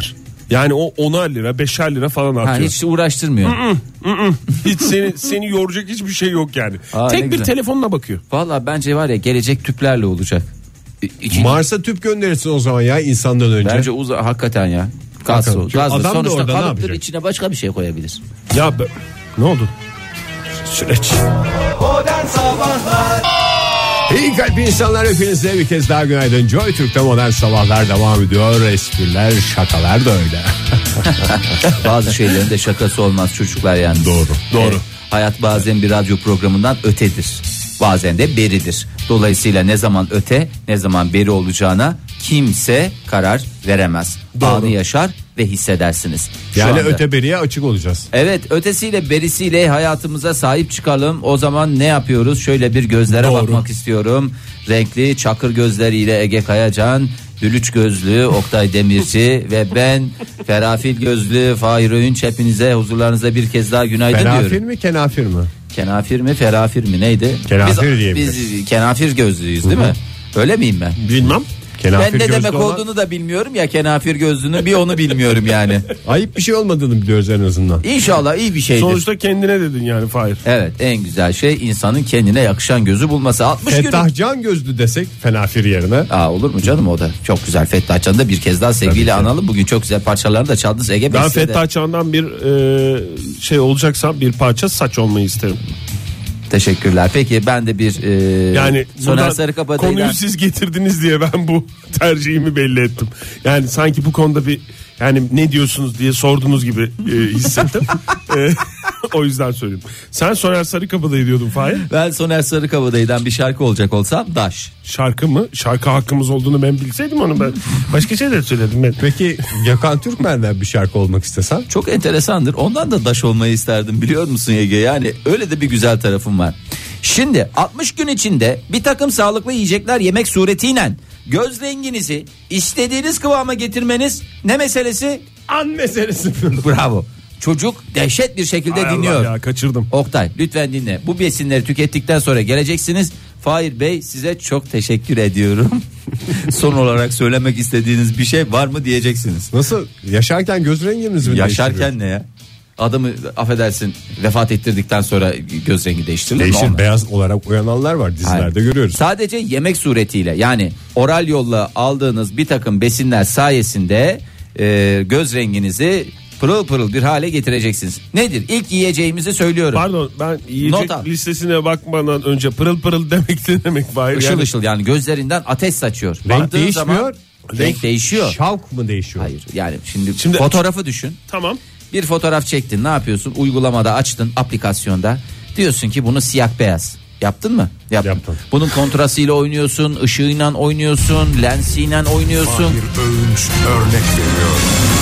Yani o 10'ar lira 5'er lira falan Ha, artıyor. hiç uğraştırmıyor. Hiç seni yoracak hiçbir şey yok yani. Aa, ne Tek bir güzel. telefonla bakıyor. Valla bence var ya gelecek tüplerle olacak. Mars'a tüp gönderirsin o zaman ya insandan önce. Bence hakikaten ya. Hakikaten. Çünkü Gazlı. adam da Sonuçta orada ne kalıptır, yapacak? içine başka bir şey koyabilir. Ya ne oldu? Süreç. Modern Sabahlar İyi kalpli insanlar, hepinize bir kez daha günaydın. Joy Türk'te modern sabahlar devam ediyor. Espriler, şakalar da öyle. Bazı şeylerin de şakası olmaz çocuklar yani. Doğru. Hayat bazen bir radyo programından ötedir. Bazen de beridir. Dolayısıyla ne zaman öte ne zaman beri olacağına kimse karar veremez. Anı yaşar ve hissedersiniz. Şu Yani anda. öteberiye açık olacağız. Evet, ötesiyle berisiyle hayatımıza sahip çıkalım. O zaman ne yapıyoruz? Şöyle bir gözlere bakmak istiyorum. Renkli çakır gözleriyle Ege Kayacan, bülüç gözlü Oktay Demirci ve ben Ferafil gözlü Fahir Öğünç, hepinize huzurlarınızda bir kez daha günaydın Kenafir diyorum. mi kenafir mi? Kenafir mi ferafir mi neydi? Kenafir diyebiliriz. Biz kenafir gözlüyüz değil mi? Öyle miyim ben? Bilmem. Kenafir Ben ne gözlü demek olan- olduğunu da bilmiyorum ya, kenafir gözlünü bir onu bilmiyorum yani. Ayıp bir şey olmadığını biliyoruz en azından. İnşallah iyi bir şeydir. Sonuçta kendine dedin yani Fahir. Evet, en güzel şey insanın kendine yakışan gözü bulması. 60 gün. Fettah Can gözlü desek fenafir yerine. Olur mu canım, o da çok güzel. Fettah Can'ı da bir kez daha sevgiyle analım. Bugün çok güzel parçalarını da çaldınız Ege Bey. Ben size de. Fettah Çağ'dan bir şey olacaksam bir parça saç olmayı isterim. Teşekkürler. Peki ben de bir Yani Soner buradan Sarıkabadayı'dan konuyu siz getirdiniz diye ben bu tercihimi belli ettim. Yani sanki bu konuda bir yani ne diyorsunuz diye sordunuz gibi hissettim. O yüzden söyleyeyim. Sen Soner Sarıkabadayı diyordun Fahir. ben Soner Sarıkabadayı'dan bir şarkı olacak olsam Daş. Şarkı mı? Şarkı hakkımız olduğunu ben bilseydim onu ben. Başka şey de söyledim ben. Peki Gökhan Türkmen'den bir şarkı olmak istesen? Çok enteresandır. Ondan da Daş olmayı isterdim, biliyor musun Ege? Yani öyle de bir güzel tarafım var. Şimdi 60 gün içinde bir takım sağlıklı yiyecekler yemek suretiyle göz renginizi istediğiniz kıvama getirmeniz ne meselesi? An meselesi. Bravo. Çocuk dehşet bir şekilde Hay dinliyor. Allah ya, kaçırdım. Oktay lütfen dinle. Bu besinleri tükettikten sonra geleceksiniz. Fahir Bey, size çok teşekkür ediyorum. Son olarak söylemek istediğiniz bir şey var mı diyeceksiniz. Nasıl? Yaşarken göz renginiz mi Yaşarken ne ya? Adamı affedersin vefat ettirdikten sonra göz rengi değiştirilir mi? değişir? Olmaz. Beyaz olarak uyananlar var, dizilerde Hayır. görüyoruz. Sadece yemek suretiyle, yani oral yolla aldığınız bir takım besinler sayesinde göz renginizi pırıl pırıl bir hale getireceksiniz. Nedir? İlk yiyeceğimizi söylüyorum. Pardon, ben yiyecek Not al. listesine bakmadan önce pırıl pırıl demek ne demek Fahir? Işıl Yani ışıl, yani gözlerinden ateş saçıyor. Renk Baktığın değişmiyor. zaman renk değişiyor. Şavk mı değişiyor? Hayır, yani şimdi fotoğrafı düşün. tamam. Bir fotoğraf çektin, ne yapıyorsun? Uygulamada açtın, aplikasyonda. Diyorsun ki bunu siyah beyaz. Yaptın mı? Yaptım. Bunun kontrastıyla oynuyorsun, ışığıyla oynuyorsun, lensiyle oynuyorsun. örnek veriyor.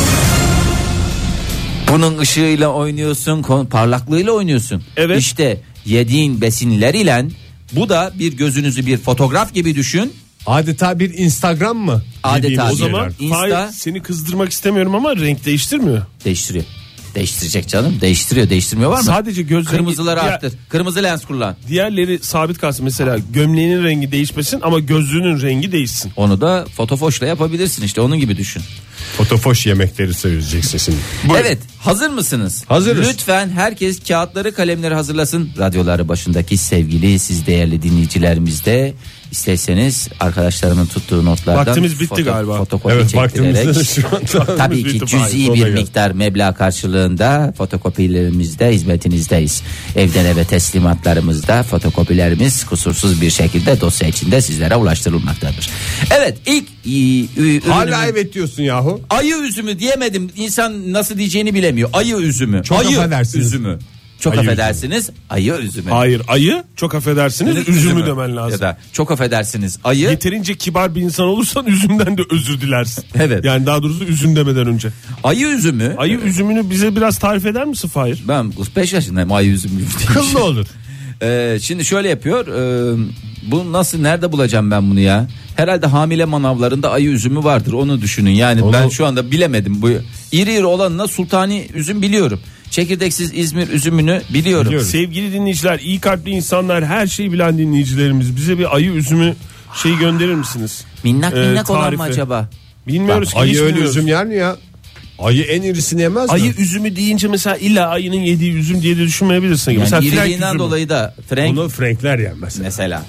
Bunun ışığıyla oynuyorsun, parlaklığıyla oynuyorsun. Evet. İşte yediğin besinler ile bu da bir gözünüzü bir fotoğraf gibi düşün. Adeta bir Instagram mı? Adeta Yediğimiz O zaman Insta- Fahir, seni kızdırmak istemiyorum ama renk değiştirmiyor. Değiştiriyor. Değiştirecek canım. Değiştirmiyor var mı? Sadece göz rengi- Kırmızıları Ya- arttır. Kırmızı lens kullan. Diğerleri sabit kalsın, mesela gömleğinin rengi değişmesin ama gözlüğünün rengi değişsin. Onu da fotofoşla yapabilirsin, işte onun gibi düşün. Fotofoş yemekleri söyleyeceksin şimdi. Evet, hazır mısınız? Hazırız. Lütfen herkes kağıtları kalemleri hazırlasın. Radyoları başındaki sevgili siz değerli dinleyicilerimiz de isterseniz arkadaşlarımın tuttuğu notlardan Vaktimiz bitti galiba. fotokopi Evet, çektirerek. vaktimizde şu anda. Tabii ki bitti, cüzi Fahir, bir ona göre. miktar meblağ karşılığında fotokopilerimizde hizmetinizdeyiz. Evden eve teslimatlarımızda fotokopilerimiz kusursuz bir şekilde dosya içinde sizlere ulaştırılmaktadır. Evet, ilk Hala ürünümüz- evet diyorsun yahu. ayı üzümü diyemedim. İnsan nasıl diyeceğini bilemiyor. Ayı üzümü. Çok ayı affedersiniz. üzümü. Çok Ayı affedersiniz. Ayı üzümü. Hayır, ayı, çok affedersiniz, üzümü demen lazım. Ya da çok affedersiniz. Ayı. Yeterince kibar bir insan olursan üzümden de özür dilersin. Evet. Yani daha doğrusu üzüm demeden önce. Ayı üzümü. Ayı üzümünü bize biraz tarif eder misin Fahir? Ben 45 yaşındayım, ayı üzümü. Kıllı olur. Şimdi şöyle yapıyor. Bu nasıl, nerede bulacağım ben bunu ya? Herhalde hamile manavlarında ayı üzümü vardır, onu düşünün. Yani ben şu anda bilemedim. Bu iri iri olanına sultani üzüm biliyorum. Çekirdeksiz İzmir üzümünü biliyorum. Sevgili dinleyiciler, iyi kalpli insanlar, her şeyi bilen dinleyicilerimiz, bize bir ayı üzümü gönderir misiniz? Minnak olan mı Tarifi. acaba? Bilmiyoruz ki, hiç Ayı öyle bilmiyoruz. üzüm yer mi ya? Ayı en irisini yemez mi? Ayı üzümü deyince mesela illa ayının yediği üzüm diye de düşünmeyebilirsin. Yani Mesela Frank iriliğinden üzümü. dolayı da Frank Onu Frankler yer mesela.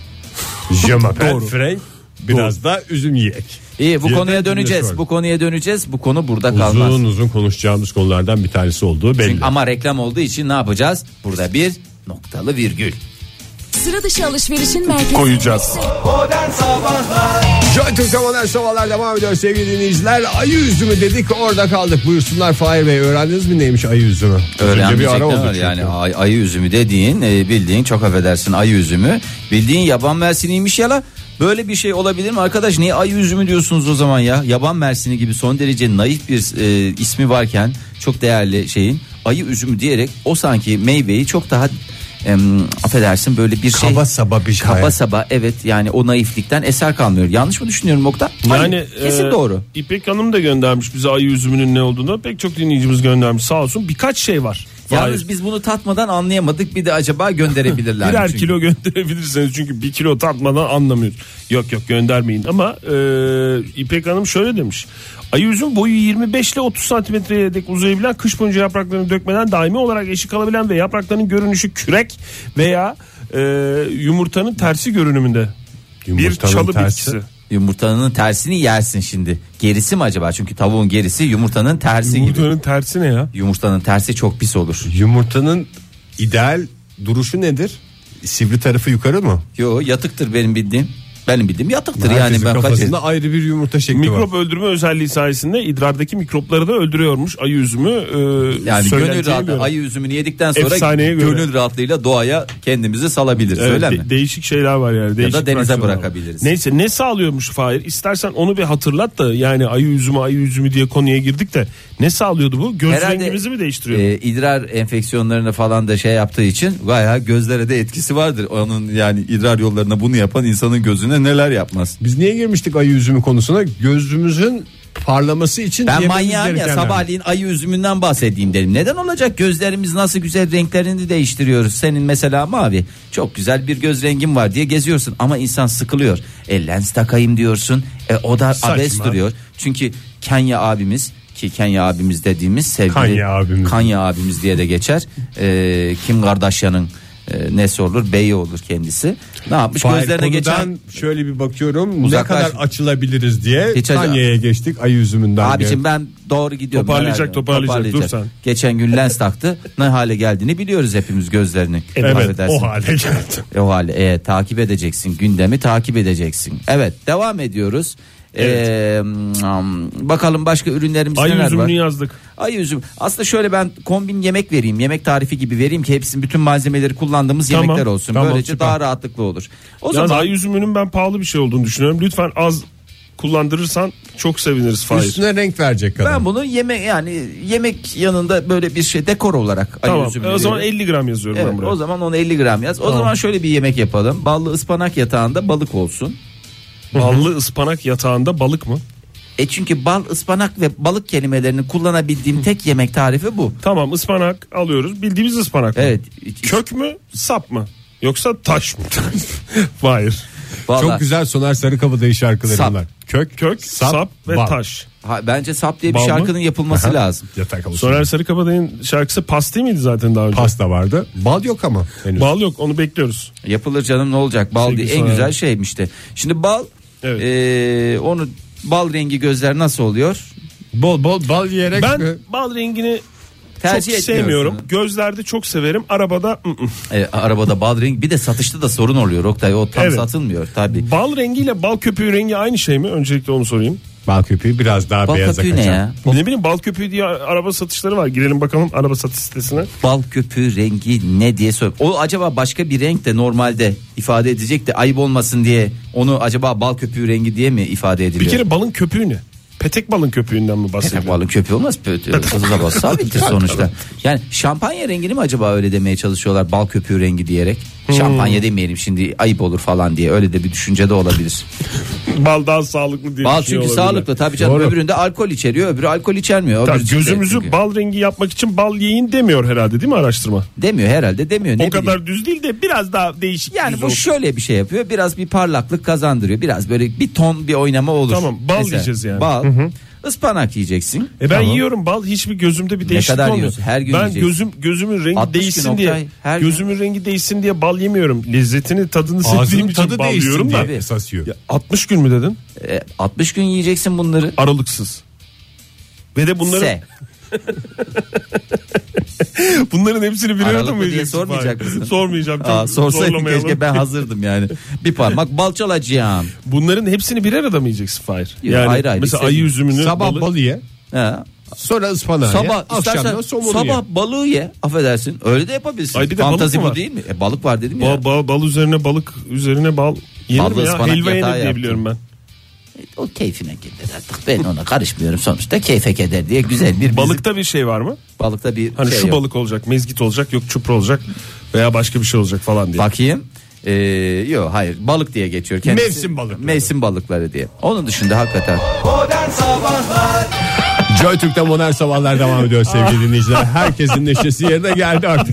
mesela. Frank biraz da üzüm yiyek. İyi, bu Bir konuya de döneceğiz. dinle Bu konuya döneceğiz. Bu konu burada kalmaz. Uzun konuşacağımız konulardan bir tanesi olduğu belli. Ama reklam olduğu için ne yapacağız? Burada bir noktalı virgül. Sıra dışı alışverişin merkezi. Koyacağız. Modern Sabahlar. Joy Türk'te modern sabahlar devam ediyor sevgili dinleyiciler. Ayı üzümü dedik, orada kaldık. Buyursunlar Fahir Bey, öğrendiniz mi neymiş ayı üzümü? Az önce Öğrenmeyecek bir ara ne oldu var? çünkü. Yani ayı üzümü dediğin bildiğin, çok affedersin, ayı üzümü bildiğin yaban mersiniymiş ya la. Böyle bir şey olabilir mi arkadaş? Niye ayı üzümü diyorsunuz o zaman ya? Yaban mersini gibi son derece naif bir ismi varken, çok değerli şeyin ayı üzümü diyerek o sanki meyveyi çok daha affedersin böyle bir şey. Kaba saba bir şey. Kaba saba, evet, yani o naiflikten eser kalmıyor. Yanlış mı düşünüyorum Oktay? Yani kesin doğru. İpek Hanım da göndermiş bize ayı üzümünün ne olduğunu. Pek çok dinleyicimiz göndermiş sağ olsun. Birkaç şey var. Yalnız biz bunu tatmadan anlayamadık. Bir de acaba gönderebilirler mi? Birer Çünkü kilo gönderebilirsiniz çünkü bir kilo tatmadan anlamıyoruz. Yok göndermeyin ama İpek Hanım şöyle demiş. Ayı üzüm boyu 25 ile 30 santimetreye dek uzayabilen, kış boyunca yapraklarını dökmeden daimi olarak eşik kalabilen ve yapraklarının görünüşü kürek veya yumurtanın tersi görünümünde. Yumurtanın bir çalı tersi. bitkisi. yumurtanın tersini yersin şimdi. Gerisi mi acaba? Çünkü tavuğun gerisi yumurtanın tersi gibi. Yumurtanın tersi ne ya? Yumurtanın tersi çok pis olur. Yumurtanın ideal duruşu nedir? Sivri tarafı yukarı mı? Yo, yatıktır benim bildiğim. Benim bildiğim yatıktır yani. Herkesin Ben kafasında ayrı bir yumurta şekli Mikrop var. öldürme özelliği sayesinde idrardaki mikropları da öldürüyormuş ayı üzümü. Yani gönül söylentiye rahatlığı, göre. ayı üzümünü yedikten sonra Efsaneye göre. gönül rahatlığıyla doğaya kendimizi salabiliriz, Evet, öyle mi? Değişik şeyler var yani. Değişik denize fraksiyonlar var. bırakabiliriz. Neyse, ne sağlıyormuş Fahir? İstersen onu bir hatırlat da, yani ayı üzümü diye konuya girdik de ne sağlıyordu bu? Göz rengimizi mi değiştiriyor? İdrar enfeksiyonlarını falan da şey yaptığı için bayağı gözlere de etkisi vardır. Onun yani idrar yollarına bunu yapan insanın gözüne neler yapmaz. Biz niye girmiştik ayı üzümü konusuna? Gözümüzün parlaması için Ben yememiz manyağım ya, gerekenler. sabahleyin ayı üzümünden bahsedeyim dedim. Neden olacak? Gözlerimiz nasıl güzel, renklerini değiştiriyoruz. Senin mesela mavi, çok güzel bir göz rengin var diye geziyorsun ama insan sıkılıyor. Lens takayım diyorsun. O da Saçma. abes duruyor. Çünkü Kenya abimiz, ki Kenya abimiz dediğimiz sevgili Kanya abimiz. abimiz diye de geçer. Kim Kardashian'ın nesi olur, beyi olur kendisi. Ne yapmış? Fahir, Gözlerine geçen konudan şöyle bir bakıyorum, Uzaklaş. ne kadar açılabiliriz diye Hiç Kanya'ya geçtik ayı üzümünden. abicim, ben doğru gidiyorum. Toparlayacak, dur sen. Geçen gün lens taktı. Ne hale geldiğini biliyoruz hepimiz gözlerini. Evet, Affedersin. o hale geldi. O hale takip edeceksin, gündemi takip edeceksin. Evet, devam ediyoruz. Bakalım başka ürünlerimiz Ayı neler var? üzümünü yazdık. Ayı üzüm. Aslında şöyle ben kombin yemek vereyim. Yemek tarifi gibi vereyim ki hepsinin, bütün malzemeleri kullandığımız Tamam, yemekler olsun. tamam, Böylece süper. daha rahatlıklı olur. O Yalnız zaman ayı üzümünün ben pahalı bir şey olduğunu düşünüyorum. Lütfen az kullandırırsan çok seviniriz Fahir. Üstüne renk verecek kadar. ben bunu yemek yanında böyle bir şey, dekor olarak ayı Tamam, üzümü o zaman veriyorum. 50 gram yazıyorum Evet, ben buraya. o zaman onu 50 gram yaz. O zaman şöyle bir yemek yapalım. Ballı ıspanak yatağında balık olsun. Ballı ıspanak yatağında balık mı? Çünkü bal, ıspanak ve balık kelimelerini kullanabildiğim tek yemek tarifi bu. Tamam, ıspanak alıyoruz. Bildiğimiz ıspanak mı? Evet. Kök mü, sap mı? Yoksa taş mı? Hayır. Vallahi, Çok güzel Soner Sarıkabadayı şarkıları Sap. bunlar. Kök, Sap ve bal. taş. bence sap diye bir Bal mı? şarkının yapılması lazım. Yatak olsun. Soner Sarıkabadayı'nın şarkısı Pasti miydi zaten daha önce? Pasta vardı. Bal yok ama henüz. Bal yok, onu bekliyoruz. Yapılır canım, ne olacak? Bal Sevgili diye en Soner. güzel şeymiş de. Şimdi bal, Evet. onu bal rengi gözler nasıl oluyor? Bol bal yiyerek Ben mi? bal rengini Tercih çok etmiyorsun. sevmiyorum. Gözlerde çok severim. Arabada Arabada bal rengi, bir de satışta da sorun oluyor Oktay, o tam Evet. satılmıyor tabi. Bal rengiyle bal köpüğü rengi aynı şey mi? Öncelikle onu sorayım. Bal köpüğü biraz daha Bal beyaza köpüğü ne kaçar. ya? Ne bileyim, bal köpüğü diye araba satışları var. Girelim bakalım araba satış sitesine. Bal köpüğü rengi ne diye sor. O acaba başka bir renk de normalde ifade edecek de ayıp olmasın diye onu acaba bal köpüğü rengi diye mi ifade ediliyor? Bir kere balın köpüğü ne? Petek balın köpüğünden mi bahsediyor? Petek balın köpüğü olmaz. Sabittir sonuçta. Yani şampanya rengini mi acaba öyle demeye çalışıyorlar, bal köpüğü rengi diyerek? Şampanya demeyelim şimdi, ayıp olur falan diye, öyle de bir düşünce de olabilir. Bal daha sağlıklı diye Bal düşünüyor çünkü olabilirler. sağlıklı tabii canım. Doğru. Öbüründe alkol içeriyor, öbürü alkol içermiyor. Tabii, Öbürü gözümüzü çünkü. bal rengi yapmak için bal yiyin demiyor herhalde, değil mi araştırma? Demiyor herhalde, demiyor. Ne O bileyim. kadar düz değil de biraz daha değişik. Yani düz bu olsun. şöyle bir şey yapıyor. Biraz bir parlaklık kazandırıyor. Biraz böyle bir ton bir oynama olur. Tamam, bal diyeceğiz yani. Bal. Ispanak yiyeceksin. Ben Tamam. yiyorum bal, hiçbir gözümde bir değişiklik kadar olmuyor. yiyorsun? Her gün ben yiyeceksin. gözümün rengi 60 gün değişsin diye. Oktay, her gün. Gözümün rengi değişsin diye bal yemiyorum. Lezzetini, tadını sevdiğim Ağzının için tadı bal değişsin yiyorum da. diye esas yiyor. Ya 60 gün mü dedin? 60 gün yiyeceksin bunları. Aralıksız. Ve de bunların bunların hepsini bir arada Aralıklı mı diye yiyeceksin? sormayacak Hayır. mısın? Sormayacağım. Sorsaydın Zorlamayalım. keşke, ben hazırdım yani. Bir parmak bal çalacağım. Bunların hepsini bir arada mı yiyeceksin Fahir? Yok, Yani ayrı ayrı. mesela Sen- ayı üzümünü Sabah balı ye. Ha. Sonra ıspanağı ye. Sabah Akşam da istersen somonu sabah ye. balığı ye. Affedersin. Öyle de yapabilirsin. Ay bir de Fantazi balık mı bu var? değil mi? Balık var dedim ya. bal üzerine balık üzerine bal yenir Ballı mi ya? ıspanak Helva yatağı yenir diye yaptım. biliyorum ben. O keyfine gider artık. Ben ona karışmıyorum sonuçta. Keyfe keder diye güzel bir Balıkta bir şey var mı? balıkta bir Hani şey şu yok. balık olacak, mezgit olacak, yok çupra olacak veya başka bir şey olacak falan diye. Bakayım. Yok hayır, balık diye geçiyor kendisi. Mevsim balıkları. Mevsim balıkları diye. Onun dışında hakikaten. Modern Sabahlar Joy Türk'te modern sabahlar devam ediyor sevgili dinleyiciler. Herkesin neşesi yerine geldi artık.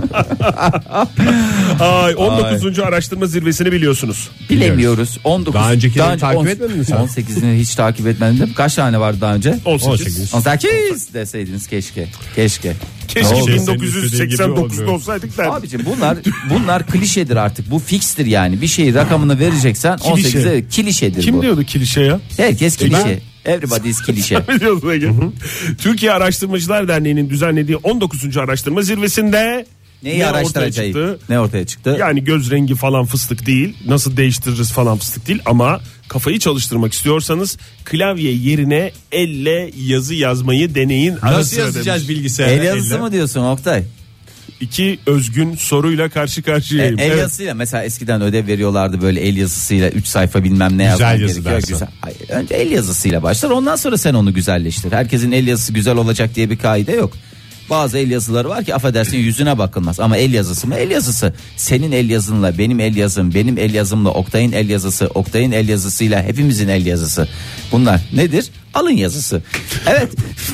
Ay 19. araştırma zirvesini biliyorsunuz. Bilemiyoruz. 19. Daha öncekileri önce takip 10 etmedin mi sen? 18'ini hiç takip etmedim değil mi? Kaç tane vardı daha önce? 18. 18 deseydiniz keşke. Keşke. Keşke Ne oldu? 1989'da olsaydık da. Abicim bunlar klişedir artık. Bu fikstir yani. Bir şeyi rakamını vereceksen Klişe. 18'e klişedir Kim bu. diyordu klişe ya? Herkes klişe. Everybody is klişe. Biliyorsun Ege. Türkiye Araştırmacılar Derneği'nin düzenlediği 19. araştırma zirvesinde Neyi ne ortaya araştıracağız? çıktı? Ne ortaya çıktı? Yani göz rengi falan fıstık değil. Nasıl değiştiririz falan fıstık değil. Ama kafayı çalıştırmak istiyorsanız klavye yerine elle yazı yazmayı deneyin. Ara Nasıl sıra yazacağız demiş. bilgisayara? El yazısı mı diyorsun Oktay? İki özgün soruyla karşı karşıyayım. El Evet. yazısıyla mesela eskiden ödev veriyorlardı böyle el yazısıyla 3 sayfa bilmem ne yazmak yazı gerekiyor. dersen. Güzel. Hayır, önce el yazısıyla başlar, ondan sonra sen onu güzelleştir. Herkesin el yazısı güzel olacak diye bir kaide yok. Bazı el yazıları var ki affedersin yüzüne bakılmaz ama el yazısı mı el yazısı. Senin el yazınla benim el yazım, benim el yazımla Oktay'ın el yazısı, Oktay'ın el yazısıyla hepimizin el yazısı. Bunlar nedir? Alın yazısı. Evet.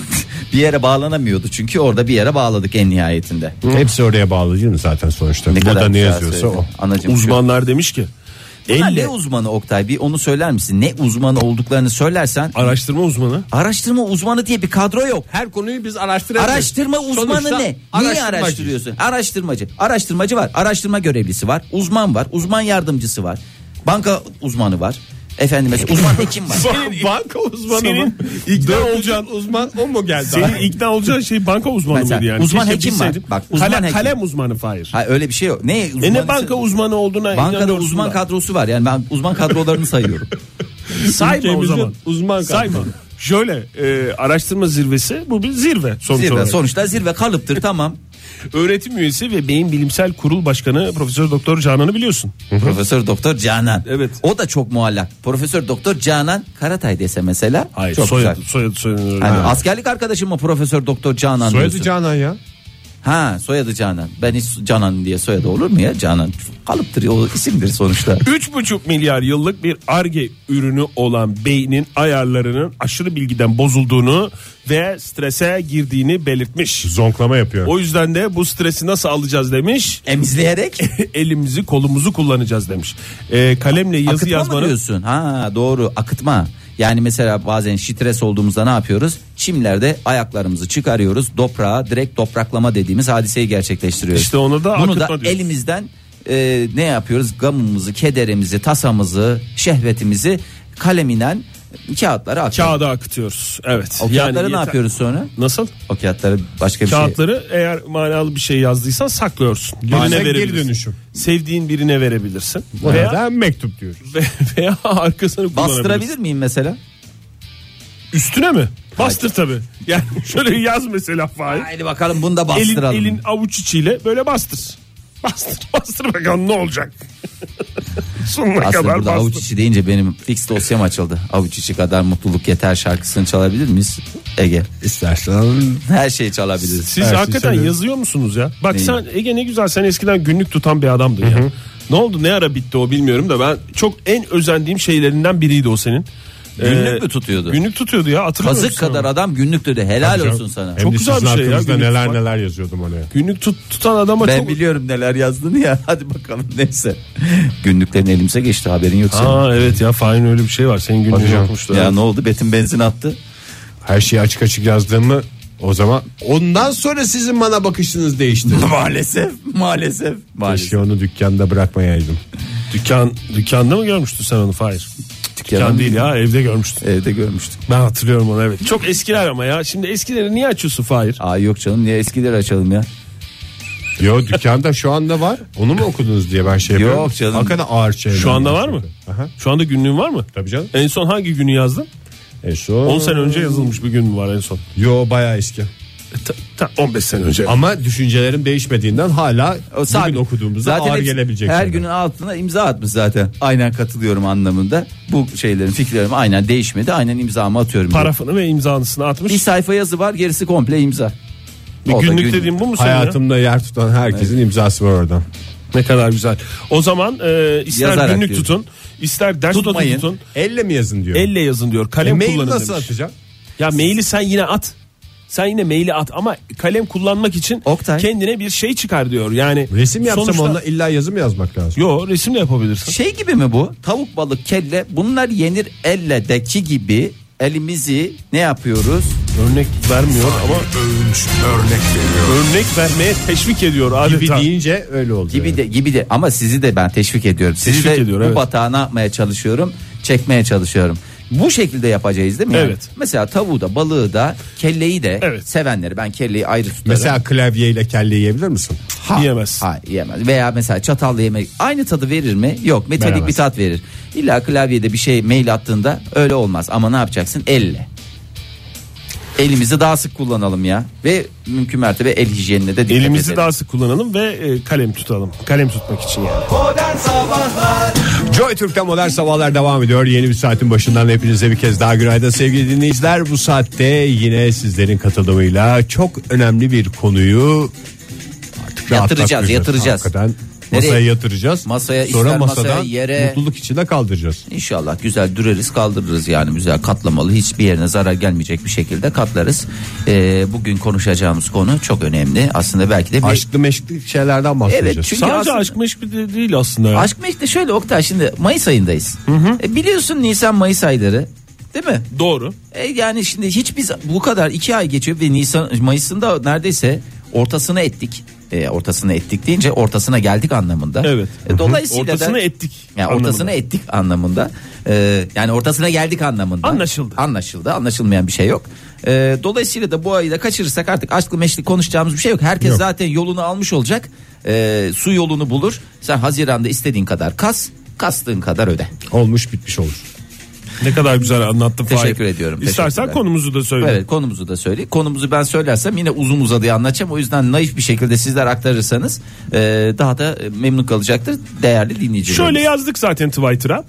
Bir yere bağlanamıyordu çünkü orada bir yere bağladık en nihayetinde. Hepsi oraya bağlı değil mi zaten sonuçta? Ne Burada kadar ne güzel yazıyorsa söyledin. o. Anacığım, Uzmanlar demiş ki Bunlar elle ne uzmanı Oktay, bir onu söyler misin? Ne uzmanı olduklarını söylersen. araştırma uzmanı. Araştırma uzmanı diye bir kadro yok. Her konuyu biz araştırıyoruz. Araştırma uzmanı Sonuçta ne? Niye araştırmacı. araştırıyorsun? Araştırmacı. Araştırmacı var. Araştırma görevlisi var. Uzman var. Uzman yardımcısı var. Banka uzmanı var. Efendim mesela uzman hekim var. Banka uzmanı Senin mı? ikna Dördüncü olacağın uzman o mu geldi? Senin ikna olacağın şey banka uzmanı Mesela mıydı yani? uzman Keşke hekim var. bilseydim. Bak, uzman hekim. Kalem uzmanı Fahir. Ha, öyle bir şey yok. Ne uzmanı? Ne banka uzmanı olduğuna Bankada inanıyorsun uzman da. kadrosu var. Yani ben uzman kadrolarını sayıyorum. Sayma o Ülkemizin zaman. uzman Sayma. Şöyle araştırma zirvesi bu bir zirve sonuç Zirve, olarak. sonuçta zirve kalıptır, tamam. Öğretim üyesi ve Beyin Bilimsel Kurul Başkanı Profesör Doktor Canan'ı biliyorsun. Profesör Doktor Canan. Evet. O da çok muallak. Profesör Doktor Canan Karatay dese mesela. Hayır, çok soyadı güzel. soyadı. Hani askerlik arkadaşım mı Profesör Doktor Canan Soyadı diyorsun? Canan ya. Ha, soyadı Canan. Ben hiç Canan diye soyadı olur mu ya? Canan kalıptır, o isimdir sonuçta. 3,5 milyar yıllık bir Ar-Ge ürünü olan beynin ayarlarının aşırı bilgiden bozulduğunu ve strese girdiğini belirtmiş. Zonklama yapıyor. O yüzden de bu stresi nasıl alacağız demiş. Emizleyerek Elimizi kolumuzu kullanacağız demiş. Kalemle yazı akıtma mı yazmanın diyorsun? Ha, doğru, akıtma. Yani mesela bazen stres olduğumuzda ne yapıyoruz? Çimlerde ayaklarımızı çıkarıyoruz. Toprağa direkt topraklama dediğimiz hadiseyi gerçekleştiriyoruz. İşte ona da bunu akıtma da diyoruz. elimizden ne yapıyoruz? Gamımızı, kederimizi, tasamızı, şehvetimizi kaleminden kağıtlara aktarıyoruz. kağıda akıtıyoruz. Evet. O kağıtları ne yeter- yapıyoruz sonra? Nasıl? O kağıtları başka bir şey. Kağıtları eğer manalı bir şey yazdıysan saklıyorsun. Birine Bazen geri verebilirsin. dönüşüm. Sevdiğin birine verebilirsin. Ona Veya, da mektup diyoruz. veya arkasını kullanabilirsin. Bastırabilir miyim mesela? Üstüne mi? Bastır tabii. Yani şöyle yaz mesela Fahir. Haydi bakalım bunu da Elin, bastıralım. elin avuç içiyle böyle bastır. Bastır bakalım ne olacak. Sonuna Aslında kadar burada bastır. avuç içi deyince benim fix dosyam açıldı. Avuç içi kadar mutluluk yeter şarkısını çalabilir miyiz Ege? İstersen. Her şeyi çalabiliriz. Siz Her şey hakikaten söylüyorum. yazıyor musunuz ya? Bak Neyi? sen Ege ne güzel, sen eskiden günlük tutan bir adamdın ya. Ne oldu, ne ara bitti o bilmiyorum da ben çok en özendiğim şeylerinden biriydi o senin. Günlük mü tutuyordu? Günlük tutuyordu ya, hatırlıyor musun? Kazık kadar adam günlük dedi. Helal Tabii olsun canım. sana. Hem Çok de güzel sizin bir şey ya, hakkınızda günlük neler tutmak. neler yazıyordum oraya. Günlük tutan adama Ben çok... biliyorum neler yazdığını ya. Hadi bakalım neyse. Günlüklerin elimize geçti, haberin yok senin. Aa evet ya, Fahir'in öyle bir şey var. Senin günlüğün Hadi canım. yokmuştu. Ya Evet. ne oldu? Betim benzin attı. Her şeyi açık açık yazdığımı, o zaman ondan sonra sizin bana bakışınız değişti. Maalesef. Keşke onu dükkanda bırakmayaydım. Dükkanda mı görmüştün sen onu? Hayır. Dükkan değil ya, evde görmüştün. Evde görmüştük. Ben hatırlıyorum onu, evet. Çok eskiler ama ya. Şimdi eskileri niye açıyorsun Fahir? Aa yok canım, niye eskileri açalım ya? Yo, dükkanda şu anda var. Onu mu okudunuz diye ben şey yapıyorum. Yok canım. Hakikaten ağır şeyler. Şu anda var mı? Aha. Şu anda günlüğün var mı? Tabii canım. En son hangi günü yazdın? En son 10 sene önce yazılmış bir gün mü var en son? Yo, bayağı eski. 15 sene önce. Ama düşüncelerim değişmediğinden hala bugün okuduğumuzda zaten ağır gelebilecek her şeyler. günün altına imza atmış zaten. Aynen katılıyorum anlamında. Bu şeylerin, fikirlerim aynen değişmedi. Aynen imzamı atıyorum. Parafını ve imzasını atmış. Bir sayfa yazı var, gerisi komple imza. Bir O da günlük gün- dediğim bu mu senin ya? Hayatımda yer tutan herkesin imzası var oradan. Ne kadar güzel. O zaman ister Yazarak günlük diyorum. tutun, ister ders notu Tutmayın. tutun. Elle mi yazın diyor. Elle yazın diyor. Kalem Mail kullanın nasıl demiş. atacağım? Ya maili sen yine at. Sen yine maili at ama kalem kullanmak için Oktay. kendine bir şey çıkar diyor. Yani Resim yapsam sonuçta- onunla illa yazı mı yazmak lazım? Yo, resim de yapabilirsin. Şey gibi mi bu? Tavuk, balık, kelle, bunlar yenir elle deki gibi elimizi ne yapıyoruz? Örnek vermiyor ama Övünç örnek veriyor. örnek vermeye teşvik ediyor adeta. Gibi deyince öyle oldu. Gibi de ama sizi de ben teşvik ediyorum. Sizi Teşvik de ediyor, bu evet. batağa ne yapmaya çalışıyorum? Çekmeye çalışıyorum. Bu şekilde yapacağız değil mi? Yani? Evet. Mesela tavuğu da, balığı da, kelleyi de Evet. sevenleri, ben kelleyi ayrı tutarım. Mesela klavyeyle kelle yiyebilir misin? Yiyemez. Hayır, yiyemez. Veya mesela çatalla yemek aynı tadı verir mi? Yok, metalik Veremez. bir tat verir. İlla klavyede bir şey mail attığında öyle olmaz. Ama ne yapacaksın? Elle. Elimizi daha sık kullanalım ya. Ve mümkün mertebe el hijyenine de dikkat Elimizi edelim. daha sık kullanalım ve kalem tutalım. Kalem tutmak için yani. Modern Sabahlar Joy Türk'te modern sabahlar devam ediyor. Yeni bir saatin başından hepinize bir kez daha günaydın sevgili dinleyiciler. Bu saatte yine sizlerin katılımıyla çok önemli bir konuyu artık Yatıracağız. Hakikaten Nereye? masaya yatıracağız. Masaya, Sonra ister masaya, masadan yere. mutluluk içinde kaldıracağız. İnşallah güzel düreriz, kaldırırız yani, güzel katlamalı, hiçbir yerine zarar gelmeyecek bir şekilde katlarız. Bugün konuşacağımız konu çok önemli. Aslında belki de bir... Aşklı meşkli şeylerden bahsedeceğiz. Evet, çünkü Sadece aslında- aşk meşk de değil aslında. Ya. Aşk meşk de şöyle Oktay, şimdi Mayıs ayındayız. Biliyorsun Nisan Mayıs ayları değil mi? Doğru. Yani şimdi hiç biz bu kadar 2 ay geçiyor ve Nisan Mayıs'ın da neredeyse ortasını ettik. Ortasını ettik deyince ortasına geldik anlamında. Evet. Dolayısıyla Ortasını da ettik. yani anlamında. ortasını ettik anlamında. Yani ortasına geldik anlamında. Anlaşıldı. Anlaşılmayan bir şey yok. Dolayısıyla da bu ayı da kaçırırsak artık aşklı meşli konuşacağımız bir şey yok. Herkes zaten yolunu almış olacak. Su yolunu bulur. Sen Haziran'da istediğin kadar kastığın kadar öde. Olmuş bitmiş olur. Ne kadar güzel anlattın Fahir. Teşekkür ediyorum. İstersen Teşekkürler. konumuzu da söyle. Evet, konumuzu da söyle. Konumuzu ben söylersem yine uzun uzadıya anlatacağım. O yüzden naif bir şekilde sizler aktarırsanız daha da memnun kalacaktır değerli dinleyicilerimiz. Şöyle yazdık zaten Twitter'a.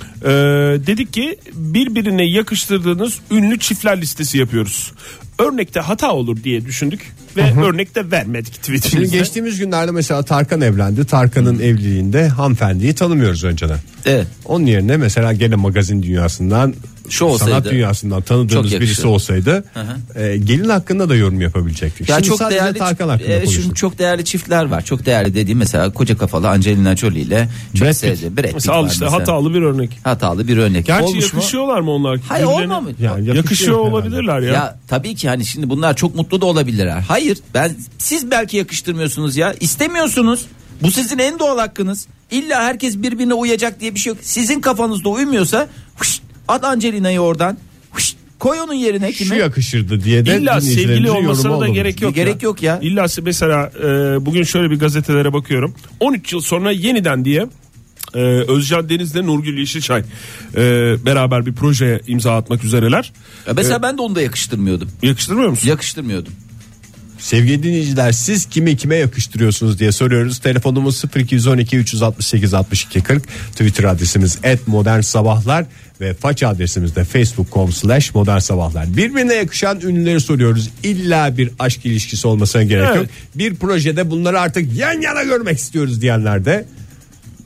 Dedik ki birbirine yakıştırdığınız ünlü çiftler listesi yapıyoruz. Örnekte hata olur diye düşündük ve örnekte vermedik Şimdi tweetimizde. geçtiğimiz günlerde mesela Tarkan evlendi. Tarkan'ın evliliğinde hanımefendiyi tanımıyoruz önceden. Evet. Onun yerine mesela gene magazin dünyasından, Şu olsaydı, sanat dünyasından çok tanıdığımız yakışır. birisi olsaydı gelin hakkında da yorum yapabilecektik. Ya Şimdi çok sadece değerli Tarkan hakkında şimdi konuştuk. çok değerli çiftler var. Çok değerli dediğim mesela koca kafalı Angelina Jolie ile çok Brad Pitt. sevdiğim Brad Pitt Mesela al var işte mesela. hatalı bir örnek. Hatalı bir örnek. Gerçi Olmuş mu? yakışıyorlar mı onlar? Hayır, Birbirlerine? olmamış. Yani Yakışıyor herhalde. olabilirler ya. Ya tabii ki hani şimdi bunlar çok mutlu da olabilirler. Hayır, siz belki yakıştırmıyorsunuz ya. İstemiyorsunuz. Bu sizin en doğal hakkınız. İlla herkes birbirine uyacak diye bir şey yok. Sizin kafanızda uymuyorsa at Angelina'yı oradan. Koy onun yerine Şu kime? yakışırdı diye de İlla sevgili dinleyicilerimizin olmasına yorumu da olmamış. gerek yok. Gerek yok ya. İlla mesela bugün şöyle bir gazetelere bakıyorum. 13 yıl sonra yeniden diye Özcan Deniz'le Nurgül Yeşilçay beraber bir projeye imza atmak üzereler. Ya mesela ben de onu da yakıştırmıyordum. Yakıştırmıyor musun? Yakıştırmıyordum. Sevgili dinleyiciler, siz kime yakıştırıyorsunuz diye soruyoruz. Telefonumuz 0212 368 62 40. Twitter adresimiz @modernsabahlar ve faça adresimiz de facebook.com/modernsabahlar. Birbirine yakışan ünlüleri soruyoruz. İlla bir aşk ilişkisi olmasına gerek Evet. yok. Bir projede bunları artık yan yana görmek istiyoruz diyenler de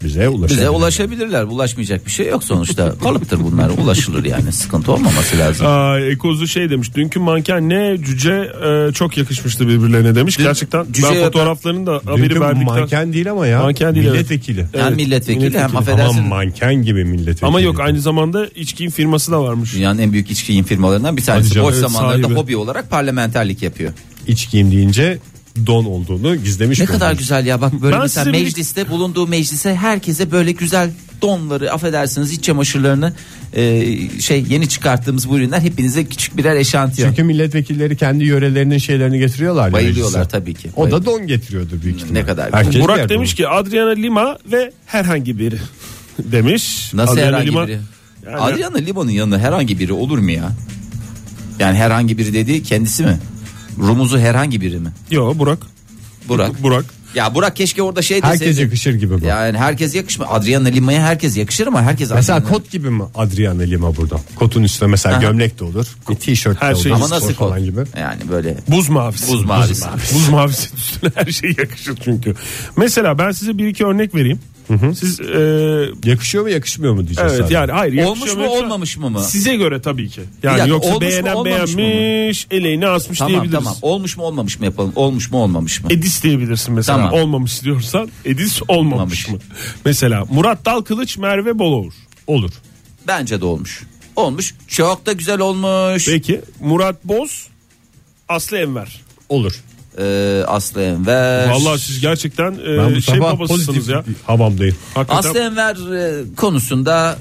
Bize ulaşabilirler. Ulaşmayacak bir şey yok sonuçta. Kalıptır bunlar. Ulaşılır yani. Sıkıntı olmaması lazım. Ekozu şey demiş. Dünkü mankenle cüce çok yakışmıştı birbirlerine demiş. Gerçekten ben fotoğraflarını da haberi verdikten. Manken değil ama ya. Manken değil, milletvekili. Evet. Hem milletvekili hem affedersin. Ama manken gibi milletvekili. Ama yok, aynı zamanda içki firması da varmış. Dünyanın en büyük içki yiyim firmalarından bir tanesi. Canım, Boş evet, zamanlarda sahibi. hobi olarak parlamenterlik yapıyor. İçkiyim deyince don olduğunu gizlemiş. Ne kadar güzel ya, bak böyle Ben mesela size mecliste bulunduğu meclise herkese böyle güzel donları, affedersiniz iç çamaşırlarını yeni çıkarttığımız bu ürünler hepinize küçük birer eşantiyon. Çünkü milletvekilleri kendi yörelerinin şeylerini getiriyorlar. Ya Bayılıyorlar meclise. tabii ki. O da don getiriyordur büyük ihtimalle. Ne kadar Herkes yer Burak demiş bunu. ki Adriana Lima ve herhangi biri demiş. Nasıl Adriana herhangi Lima, biri? yani- Adriana Lima'nın yanında herhangi biri olur mu ya? Yani herhangi biri dediği kendisi mi? Rumuzu herhangi biri mi? Yok, Burak. Burak. Ya Burak keşke orada şey deseydi. Herkes yakışır gibi bu. Yani herkes yakışmıyor. Adriana Lima'ya herkes yakışır ama herkes Mesela Adriana... kot gibi mi Adriana Lima burada? Kotun üstüne mesela Aha. gömlek de olur. Bir tişört de Her olur. şey Ama spor nasıl kot? falan gibi. Yani böyle Buz mavisi. buz mavisi. Buz mavisi üstüne her şey yakışır çünkü. Mesela ben size bir iki örnek vereyim. Siz Yakışıyor mu yakışmıyor mu diyeceğiz. evet sadece. yani hayır, Olmuş yakışıyor mu yoksa- olmamış mı? Size göre tabii ki. Bir Yani dakika, yoksa olmuş mu, beğenen olmamış mı? beğenmiş, eleğini asmış Tamam diyebiliriz. tamam. Olmuş mu olmamış mı yapalım? Olmuş mu olmamış mı? Edis diyebilirsin mesela. Tamam. Olmamış diyorsan Edis olmamış mı? Mesela Murat Dalkılıç, Merve Boluğur. Olur. Bence de olmuş. Olmuş. Çok da güzel olmuş. Peki Murat Boz, Aslı Enver. Olur. Aslı Enver. Vallahi siz gerçekten Ben bu şey sabah babasısınız pozitif ya. havamdayım. Hakikaten. Aslı Enver konusunda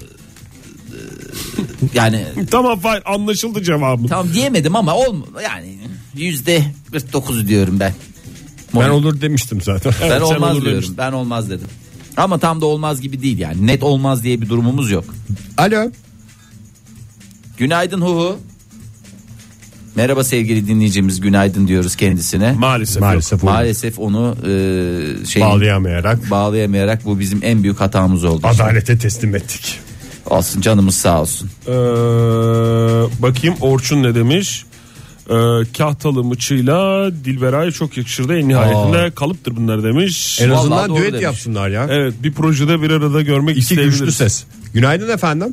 yani Tamam, fine, anlaşıldı cevabın. tam diyemedim ama yani %49 diyorum ben. Ben olur demiştim zaten. Ben Evet, sen olmaz olur diyorum. demiştin. Ben olmaz dedim. Ama tam da olmaz gibi değil yani. Net olmaz diye bir durumumuz yok. Alo. Günaydın Huhu. Merhaba sevgili dinleyicimiz, günaydın diyoruz kendisine. Maalesef. Maalesef olur. Maalesef onu Bağlayamayarak bu bizim en büyük hatamız oldu. adalete teslim ettik. Olsun, canımız sağ olsun. Bakayım Orçun ne demiş? Kahtalı mıçıyla Dilberay'a çok yakışırdı. En nihayetinde kalıptır bunlar demiş. En Vallahi azından doğru düet demiş. yapsınlar ya. Evet, bir projede bir arada görmek İki isteyebiliriz. güçlü ses. Günaydın efendim.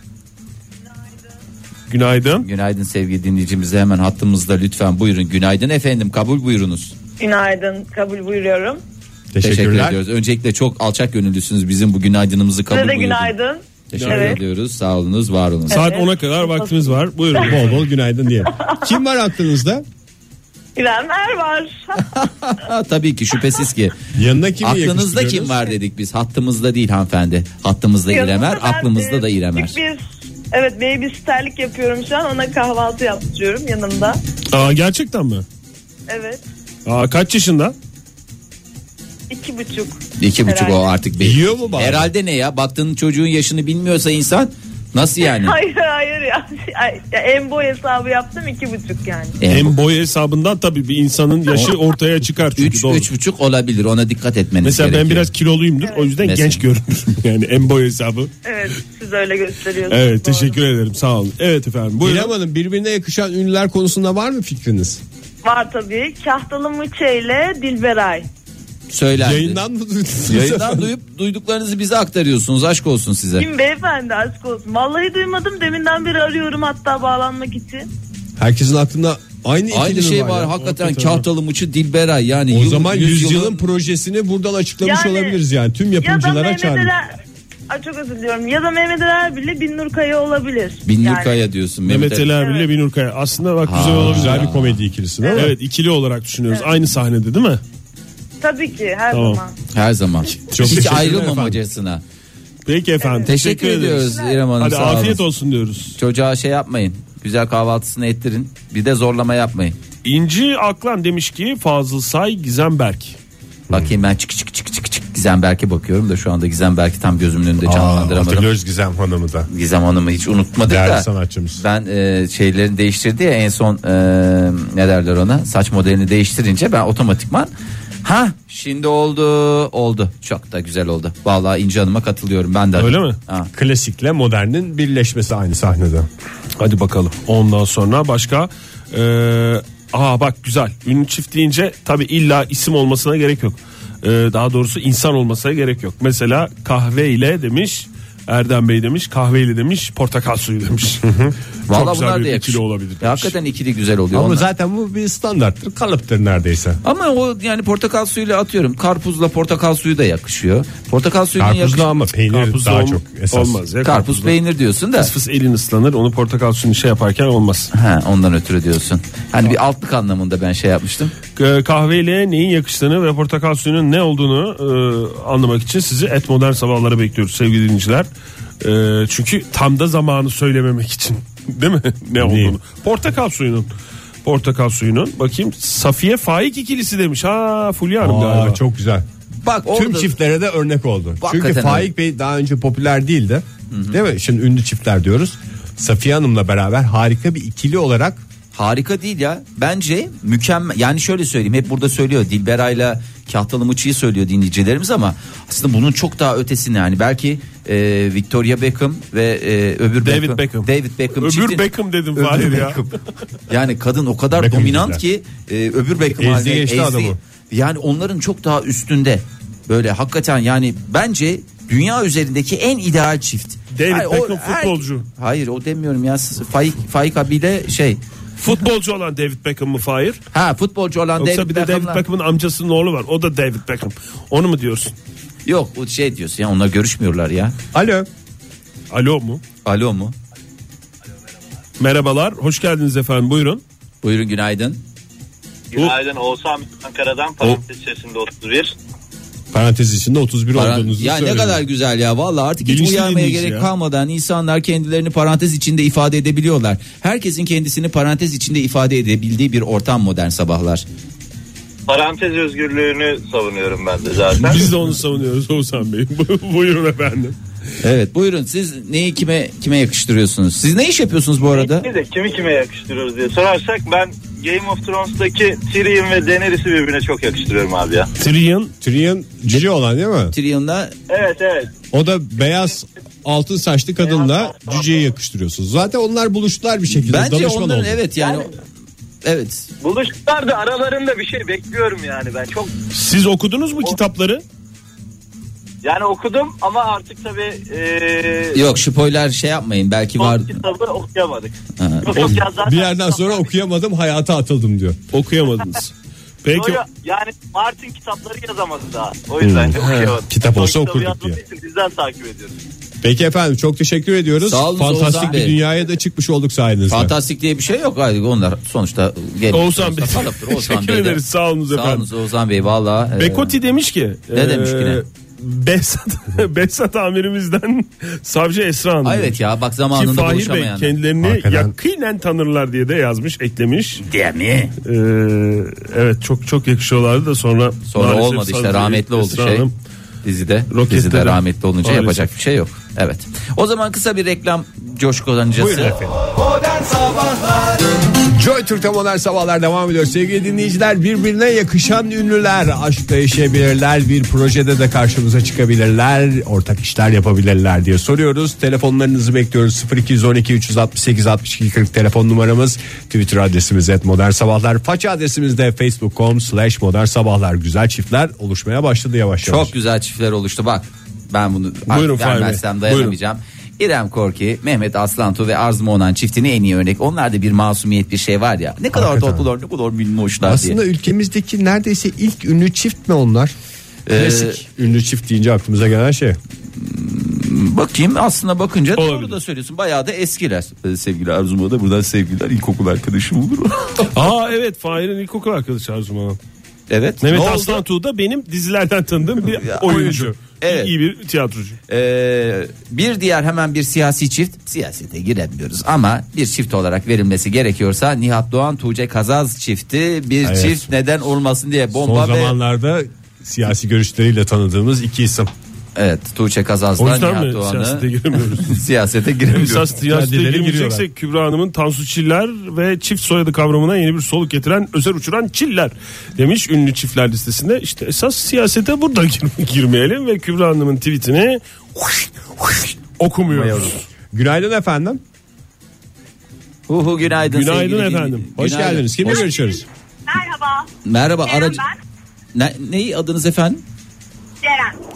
Günaydın. Günaydın sevgili dinleyicimize, hemen hattımızda lütfen buyurun. Günaydın efendim, kabul buyurunuz. Günaydın, kabul buyuruyorum. Teşekkür Teşekkürler. ediyoruz. Öncelikle çok alçak gönüllüsünüz, bizim bu günaydınımızı kabul Size de buyurun. günaydın. Teşekkür Evet. ediyoruz, sağ olunuz, var olun. Saat 10'a kadar vaktimiz var. Buyurun. Bol bol günaydın diye. Kim var aklınızda? İrem Er var. Tabii ki, şüphesiz ki. Yanına kimi Aklınızda yakıştırıyoruz? kim var dedik biz, hattımızda değil hanımefendi. Hattımızda İrem Er, Yanımda ben, aklımızda da İrem Er. küçük bir, evet, baby sterlik yapıyorum şu an. Ona kahvaltı yaptırıyorum yanımda. Gerçekten mi? Evet. Kaç yaşında? 2,5. 2,5 Herhalde. o artık belli. Yiyor mu bari? Herhalde ne ya, baktığın çocuğun yaşını bilmiyorsa insan nasıl yani? Hayır ya. En boy hesabı yaptım 2,5 yani. En boy hesabından tabii bir insanın yaşı ortaya çıkar. Çünkü 3,5 olabilir, ona dikkat etmeniz Mesela gerekiyor. ben biraz kiloluyumdur. O yüzden Mesela. genç görünürüm. Yani en boy hesabı. Evet, siz öyle gösteriyorsunuz. Evet, doğru. teşekkür ederim. Sağ olun. Evet efendim. Buyurun. İrem Hanım, birbirine yakışan ünlüler konusunda var mı fikriniz? Var tabii. Kahtalı Mıçe ile Dilberay. Söylendi. Yayından mı duydunuz? Yayından duyduklarınızı bize aktarıyorsunuz, aşk olsun size. Kim beyefendi, aşk olsun. Vallahi duymadım, deminden beri arıyorum hatta bağlanmak için. Herkesin aklında aynı ikili Aynı mi şey var ya? hakikaten, Kahtalı Mıçı Dilberay yani. O zaman yüzyılın projesini buradan açıklamış Yani- olabiliriz yani. Tüm Ya da yapımcılara Mehmet çağırın. Ay, çok özür diliyorum. Ya da Mehmet Ali Erbil'le Binnur Kaya olabilir. Binnur Yani. Kaya diyorsun. Mehmet Ali Ali. Erbil ile Binur Kaya. Aslında bak güzel Ha. olabilir. Güzel bir komedi ikilisi değil mi? Evet, ikili olarak düşünüyoruz. Aynı sahnede değil mi? Tabii ki her Tamam. zaman. Her zaman. Çok Hiç teşekkürler ayrılmamacasına. Peki efendim. Teşekkür ediyoruz İrem Hanım, Hadi sağ afiyet olun. olsun diyoruz. Çocuğa şey yapmayın. Güzel kahvaltısını ettirin. Bir de zorlama yapmayın. İnci Aklan demiş ki Fazıl Say, Gizem Berk. Bakayım ben çık Gizem Berk'e bakıyorum da şu anda Gizem Berk'i tam gözümün önünde canlandıramadım. Hatırlıyoruz Gizem Hanım'ı da. Gizem Hanım'ı hiç unutmadık Değerli da. sanatçımız. Ben şeylerini değiştirdi ya en son, ne derler ona, saç modelini değiştirince ben otomatikman şimdi oldu. Çok da güzel oldu. Vallahi İnci Hanım'a katılıyorum ben de. Öyle mi? Ha. Klasikle modernin birleşmesi aynı sahnede. Hadi bakalım. Ondan sonra başka bak güzel. Ünlü çift deyince tabii illa isim olmasına gerek yok. Daha doğrusu insan olmasına gerek yok. Mesela kahve ile demiş Erdem Bey, demiş kahveyle demiş portakal suyu demiş. Vallahi güzel bunlar bir da ikili yakışır. olabilir demiş. Hakikaten ikili güzel oluyor. Ama onlar. zaten bu bir standarttır, kalıptır neredeyse. Ama o yani portakal suyuyla atıyorum. Karpuzla portakal suyu da yakışıyor. Portakal suyunun Karpuzla ama peynir Karpuz daha da çok esas. olmaz ya. karpuz Karpuzla peynir diyorsun da. fıs fıs elin ıslanır, onu portakal suyunu şey yaparken olmaz. Ha, ondan ötürü diyorsun. Hani bir altlık anlamında ben şey yapmıştım. Kahveyle neyin yakıştığını ve portakal suyunun ne olduğunu anlamak için sizi modern sabahlara bekliyoruz sevgili dinleyiciler. Çünkü tam da zamanı söylememek için, değil mi? Ne olduğunu. Portakal suyunun bakayım, Safiye Faik ikilisi demiş. Fulya Hanım galiba. Çok güzel. Bak Tüm orada çiftlere de örnek oldu. Hakikaten Çünkü Faik Bey daha önce popüler değildi. Değil mi? Şimdi ünlü çiftler diyoruz. Safiye Hanım'la beraber harika bir ikili olarak harika değil ya. Bence mükemmel. Yani şöyle söyleyeyim. Hep burada söylüyor. Dilberay'la Kahtalı Mıçı'yı söylüyor dinleyicilerimiz ama aslında bunun çok daha ötesini yani. Belki Victoria Beckham ve öbür David Beckham. Öbür çiftin- Beckham dedim Öbür Fahir ya. Beckham. Yani kadın o kadar Beckham dominant gibiler. ki öbür Beckham Ezdi haline geçti adamı. Yani onların çok daha üstünde. Böyle hakikaten yani bence dünya üzerindeki en ideal çift. David Hayır, Beckham futbolcu. Hayır o demiyorum ya. Faik abiyle şey. Futbolcu olan David Beckham mı Fahir? Futbolcu olan Yoksa David bir de David Beckham'la. Beckham'ın amcasının oğlu var. O da David Beckham. Onu mu diyorsun? Yok o şey diyorsun ya, onlar görüşmüyorlar ya. alo. Alo mu? Alo mu? Merhabalar. Hoş geldiniz efendim. Buyurun. Buyurun günaydın. Günaydın, Oğuzhan Ankara'dan, parantez içerisinde 31. Parantez içinde 31 olduğunuzu Ya ne söyledim. kadar güzel ya, vallahi artık hiç Bilinçli uyarmaya dinleyici gerek ya. kalmadan insanlar kendilerini parantez içinde ifade edebiliyorlar. Herkesin kendisini parantez içinde ifade edebildiği bir ortam modern sabahlar. Parantez özgürlüğünü savunuyorum ben de zaten. Biz de onu savunuyoruz Oğuzhan Bey. Buyurun efendim. Evet buyurun, siz neyi kime yakıştırıyorsunuz? Siz ne iş yapıyorsunuz bu arada? Bir de kimi kime yakıştırıyoruz diye sorarsak ben Game of Thrones'taki Tyrion ve Daenerys'i birbirine çok yakıştırıyorum abi ya. Tyrion cici olan değil mi? Tyrion'la Evet. O da beyaz altın saçlı kadınla cüceyi yakıştırıyorsunuz. Zaten onlar buluştular bir şekilde. bence danışman onların oldu. evet yani evet. Buluştular da aralarında bir şey bekliyorum yani ben çok. Siz okudunuz mu kitapları? Yani okudum ama artık tabii Yok spoiler şey yapmayın, belki son var. kitabı okuyamadık. Ha. Yok, ya zaten Bir yerden sonra okuyamadım, hayata atıldım diyor. Okuyamadınız. Peki. Yani Martin kitapları yazamadı daha. O yüzden okuyamadım. Kitap olsa Son kitabı okurduk yazmadığı için bizden takip ediyoruz. Peki efendim, çok teşekkür ediyoruz. Sağ olun Oğuzhan Fantastik bir Bey. dünyaya da çıkmış olduk sayenizde. Fantastik diye bir şey yok artık, onlar sonuçta Oğuzhan Bey. Teşekkür ederiz, sağ olun Sağ efendim. olun Oğuzhan Bey valla. Bekoti demiş ki. Ne demiş ki ne? Behzat amirimizden Savcı Esra Hanım. Evet ya bak Ki zamanında Fahir Bey buluşamayan. kendilerini Hakikaten. yakinen tanırlar diye de yazmış, eklemiş. Değil mi? Evet çok yakışıyorlardı da sonra maalesef olmadı işte, Savcı rahmetli oldu Esra şey. Hanım. Dizide Roketleri. rahmetli olunca Maalesef. yapacak bir şey yok. Evet. O zaman kısa bir reklam coşkulancası. Buyurun efendim. Modern Sabahlar Joy Türk'te modern sabahlar devam ediyor. Sevgili dinleyiciler, birbirine yakışan ünlüler aşkla yaşayabilirler, bir projede de karşımıza çıkabilirler, ortak işler yapabilirler diye soruyoruz. Telefonlarınızı bekliyoruz. 0212 368 62 40 telefon numaramız. Twitter adresimiz @modernsabahlar. Faça adresimiz de facebook.com/modernsabahlar. Güzel çiftler oluşmaya başladı yavaş yavaş. Çok güzel çiftler oluştu bak. Ben bunu Buyurun Fahir Bey. vermezsem dayanamayacağım. İrem Korki, Mehmet Aslantu ve Arzu Monan çiftini en iyi örnek. Onlarda bir masumiyet, bir şey var ya. Ne kadar Hakikaten. tatlılar, ne kadar minnoşlar diye. Aslında ülkemizdeki neredeyse ilk ünlü çift mi onlar? Klasik ünlü çift deyince aklımıza gelen şey. Bakayım, aslında bakınca doğru Olabilir. da söylüyorsun. Bayağı da eskiler. Sevgili Arzu'ma da buradan sevgiler. İlkokul arkadaşım olur. Evet, Fahir'in ilkokul arkadaşı Arzu Hanım. Evet. Mehmet Ne oldu? Aslan Tuğ da benim dizilerden tanıdığım bir Ya, oyuncu. Evet. İyi bir tiyatrocu. Bir diğer hemen bir siyasi çift, siyasete giremiyoruz ama bir çift olarak verilmesi gerekiyorsa Nihat Doğan Tuğçe Kazaz çifti, bir Evet. çift neden olmasın diye Son bomba ve zamanlarda siyasi görüşleriyle tanıdığımız iki isim. evet Tuğçe O Kazaz'la yüzden Nihat mi Doğan'ı siyasete giremiyoruz? siyasete giremiyoruz. Esas siyasete Kendileri girmeyeceksek giriyorlar. Kübra Hanım'ın Tansu Çiller ve çift soyadı kavramına yeni bir soluk getiren özel uçuran Çiller demiş ünlü çiftler listesinde. İşte esas siyasete burada girmeyelim ve Kübra Hanım'ın tweetini okumuyoruz. Günaydın efendim. Günaydın. Günaydın sevgili efendim. Hoş Günaydın. geldiniz. Kimle görüşüyoruz? Merhaba. Merhaba Eren aracı. Neyi adınız efendim?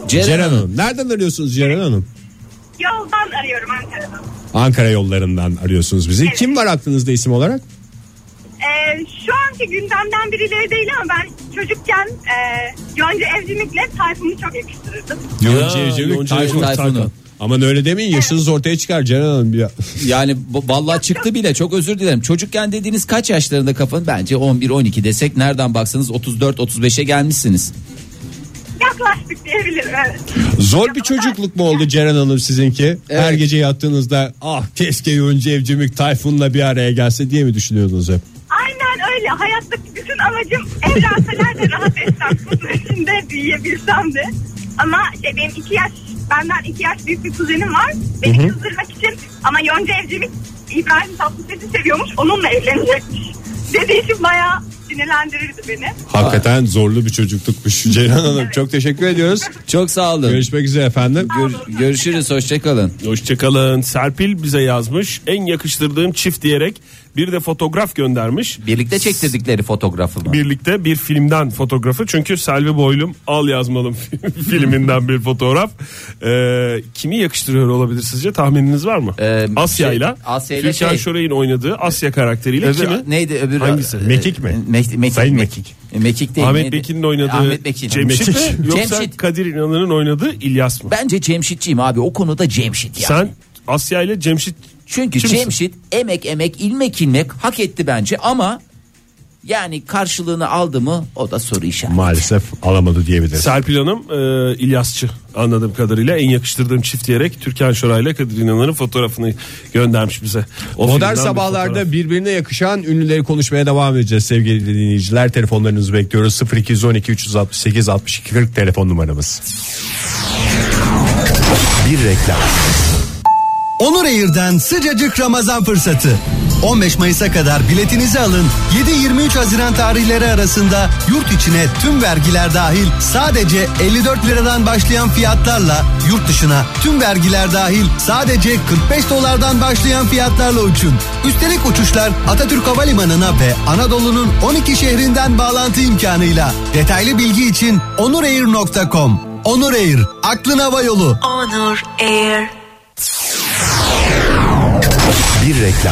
Ceren Hanım. Nereden arıyorsunuz Ceren Hanım? Yoldan arıyorum, Ankara'dan. Ankara yollarından arıyorsunuz bizi. Evet. Kim var aklınızda isim olarak? Şu anki gündemden birileri değil ama ben çocukken Yonca Evcimik'le Tayfun'u çok yakıştırırdım. Yonca Evcimik, Tayfun. Aman öyle demeyin, yaşınız ortaya çıkar Ceren Hanım. Yani vallahi çıktı bile, çok özür dilerim. Çocukken dediğiniz kaç yaşlarında kafanız? Bence 11-12 desek nereden baksanız 34-35'e gelmişsiniz. Yaklaştık diyebilirim, evet. Zor bir çocukluk mu oldu Ceren Hanım sizinki? Evet. Her gece yattığınızda keşke Yonca Evcimik Tayfun'la bir araya gelse diye mi düşünüyordunuz hep? Aynen öyle. Hayattaki bütün amacım evlenseler de rahat etsem, huzur içinde büyüyebilsem de. Ama benim benden 2 yaş büyük bir kuzenim var. Beni kızdırmak için ama Yonca Evcimik İbrahim Tatlıses'i seviyormuş, onunla evlenecekmiş. Dediği için bayağı sinirlendirirdi beni. Hakikaten zorlu bir çocuklukmuş Ceren Hanım. Çok teşekkür ediyoruz. Çok sağ olun. Görüşmek üzere efendim. Görüşürüz, hoşçakalın. Hoşçakalın. Serpil bize yazmış. En yakıştırdığım çift diyerek bir de fotoğraf göndermiş. Birlikte çektirdikleri fotoğrafı mı? Birlikte bir filmden fotoğrafı. Çünkü Selvi Boylum Al Yazmalım filminden bir fotoğraf. Kimi yakıştırıyor olabilir sizce? Tahmininiz var mı? Asya ile Türkan Şoray'ın oynadığı Asya karakteriyle kimi? Neydi öbürü? Hangisi? Mekik mi? Sayın Mekik. Mekik değil. Ahmet Mekin'in oynadığı Cemşit mi? Yoksa Cemşit. Kadir İnanır'ın oynadığı İlyas mı? Bence Cemşitçiyim abi, o konuda Cemşit yani. Sen Asya ile Cemşit. Çünkü kimsin? Cemşit emek ilmek hak etti bence ama yani karşılığını aldı mı o da soru işareti. Maalesef alamadı diyebiliriz. Serpil Hanım İlyasçı anladığım kadarıyla, en yakıştırdığım çift diyerek Türkan Şoray ile Kadir İnanır'ın fotoğrafını göndermiş bize. Modern sabahlarda birbirine yakışan ünlüleri konuşmaya devam edeceğiz sevgili dinleyiciler. Telefonlarınızı bekliyoruz. 0212 368 62 40 telefon numaramız. Bir reklam. Onur Air'den sıcacık Ramazan fırsatı. 15 Mayıs'a kadar biletinizi alın. 7-23 Haziran tarihleri arasında yurt içine tüm vergiler dahil sadece 54 liradan başlayan fiyatlarla, yurt dışına tüm vergiler dahil sadece 45 dolardan başlayan fiyatlarla uçun. Üstelik uçuşlar Atatürk Havalimanı'na ve Anadolu'nun 12 şehrinden bağlantı imkanıyla. Detaylı bilgi için onurair.com. Onur Air, aklın hava yolu. Onur Air. Bir reklam.